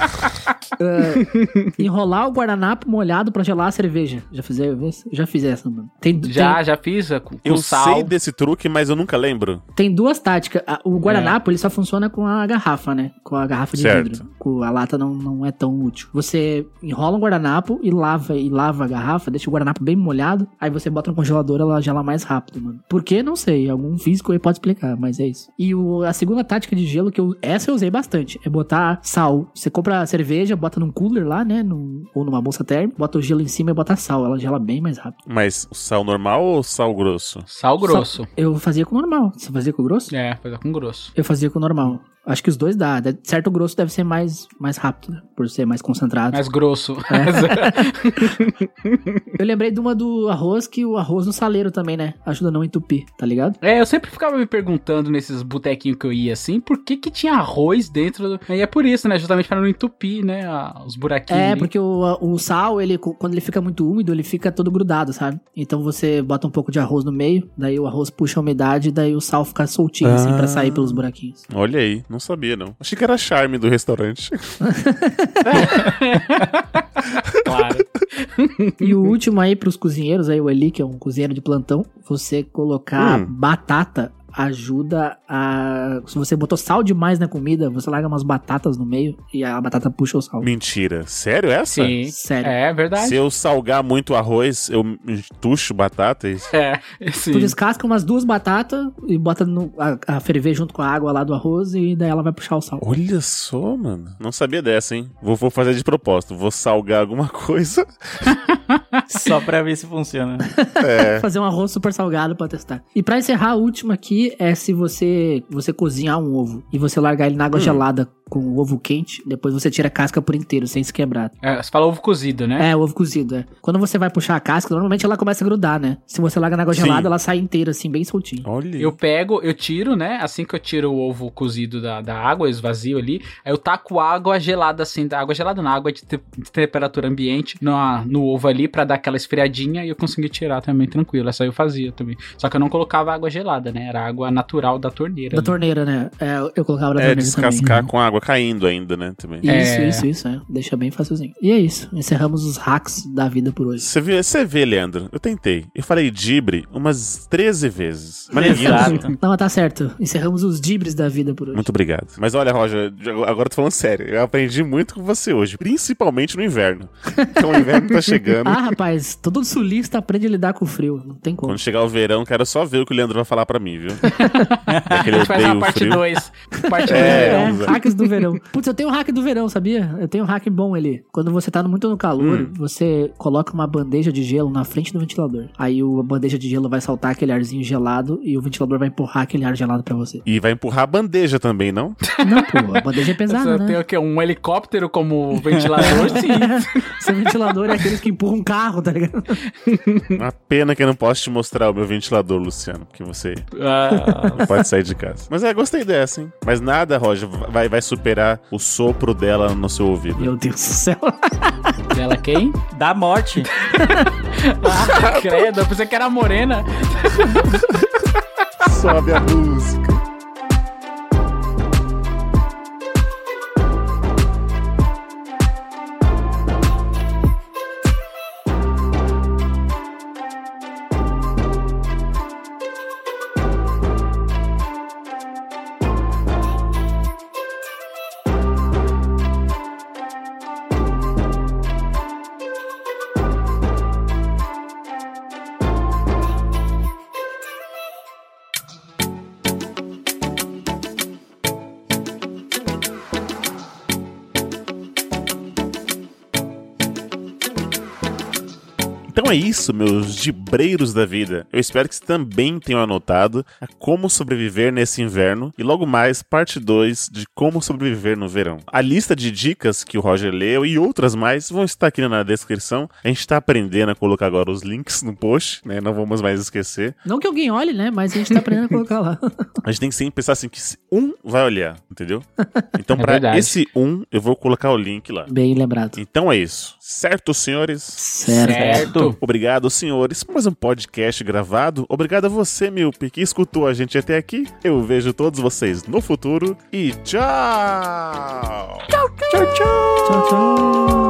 Enrolar o guardanapo molhado pra gelar a cerveja. Já fiz essa, mano. Já fiz com Eu sal. sei desse truque, mas eu nunca lembro. Tem duas táticas. O guardanapo, ele só funciona com a garrafa, né? Com a garrafa de Certo. vidro. A lata não é tão útil. Você enrola um guardanapo e lava a garrafa, deixa o guardanapo bem molhado, aí você bota no congelador, ela gela mais rápido, mano. Por que? Não sei. Algum físico aí pode explicar, mas é isso. E a segunda tática de gelo, essa eu usei bastante, é botar sal. Você compra a cerveja, bota num cooler lá, né? Ou numa bolsa térmica, bota o gelo em cima e bota sal. Ela gela bem mais rápido. Mas sal normal ou sal grosso? Sal grosso. Eu fazia com normal. Você fazia com grosso? É, fazer com grosso. Eu fazia com normal. Acho que os dois dá. Certo, o grosso deve ser mais rápido, né? Por ser mais concentrado. Mais grosso. Eu lembrei de uma do arroz, que o arroz no saleiro também, né? Ajuda a não entupir, tá ligado? É, eu sempre ficava me perguntando nesses botequinhos que eu ia assim, por que tinha arroz dentro do... E é por isso, né? Justamente para não entupir, né? Os buraquinhos. É, ali. porque o sal, quando ele fica muito úmido, ele fica todo grudado, sabe? Então você bota um pouco de arroz no meio, daí o arroz puxa a umidade, daí o sal fica soltinho, assim, pra sair pelos buraquinhos. Olha aí, não sabia não. Achei que era charme do restaurante. Claro. E o último aí pros cozinheiros, aí o Eli, que é um cozinheiro de plantão, você colocar batata ajuda a... Se você botou sal demais na comida, você larga umas batatas no meio e a batata puxa o sal. Mentira. Sério essa? Sim. Sério. É verdade. Se eu salgar muito arroz, eu tucho batata? Isso. Sim. Tu descasca umas 2 batatas e bota a ferver junto com a água lá do arroz e daí ela vai puxar o sal. Olha só, mano. Não sabia dessa, hein? Vou fazer de propósito. Vou salgar alguma coisa. Só pra ver se funciona. Fazer um arroz super salgado pra testar. E pra encerrar, a última aqui é se você cozinhar um ovo e você largar ele na água gelada com o ovo quente, depois você tira a casca por inteiro, sem se quebrar. Você fala ovo cozido, né? É, ovo cozido, é. Quando você vai puxar a casca, normalmente ela começa a grudar, né? Se você larga na água gelada, ela sai inteira, assim, bem soltinha. Olha. Eu tiro, né? Assim que eu tiro o ovo cozido da água, eu esvazio ali, aí eu taco água gelada, assim, da água gelada na água de temperatura ambiente no ovo ali, pra dar aquela esfriadinha e eu consegui tirar também, tranquilo. Essa aí eu fazia também. Só que eu não colocava água gelada, né? Era água natural da torneira. Da torneira, né? Eu colocava na torneira descascar também. com água caindo ainda, né? Também. Isso, é. Deixa bem facilzinho. E é isso. Encerramos os hacks da vida por hoje. Você vê, Leandro, eu tentei. Eu falei dibre umas 13 vezes. Mas ninguém Exato. Não, mas tá certo. Encerramos os dibres da vida por hoje. Muito obrigado. Mas olha, Roger, agora eu tô falando sério. Eu aprendi muito com você hoje, principalmente no inverno. Então o inverno tá chegando. Rapaz, todo sulista aprende a lidar com o frio. Não tem como. Quando chegar o verão, quero só ver o que o Leandro vai falar pra mim, viu? A gente faz uma parte 2. Parte 2 do verão. Hacks do verão. Putz, eu tenho um hack do verão, sabia? Eu tenho um hack bom ali. Quando você tá muito no calor, você coloca uma bandeja de gelo na frente do ventilador. Aí a bandeja de gelo vai soltar aquele arzinho gelado e o ventilador vai empurrar aquele ar gelado pra você. E vai empurrar a bandeja também, não? Não, pô, a bandeja é pesada, né? Tem o quê? Um helicóptero como ventilador? Sim. Seu ventilador é aqueles que empurram um carro, tá ligado? Uma pena que eu não posso te mostrar o meu ventilador, Luciano, porque você não pode sair de casa. Mas gostei dessa, hein? Mas nada, Roger, vai superar o sopro dela no seu ouvido. Meu Deus do céu. Dela quem? Da morte. Credo, eu pensei que era a morena. Sobe a música. Então é isso, meus dibreiros da vida. Eu espero que vocês também tenham anotado a como sobreviver nesse inverno e logo mais parte 2 de como sobreviver no verão. A lista de dicas que o Roger leu e outras mais vão estar aqui na descrição. A gente tá aprendendo a colocar agora os links no post, né? Não vamos mais esquecer. Não que alguém olhe, né? Mas a gente tá aprendendo a colocar lá. A gente tem que sempre pensar assim que um vai olhar, entendeu? Então pra verdade. esse eu vou colocar o link lá. Bem lembrado. Então é isso. Certo, senhores? Certo. Obrigado, senhores, por mais um podcast gravado. Obrigado a você, Miopi, que escutou a gente até aqui. Eu vejo todos vocês no futuro e tchau! Tchau, tchau! Tchau, tchau!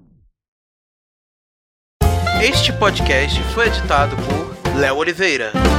Este podcast foi editado por Léo Oliveira.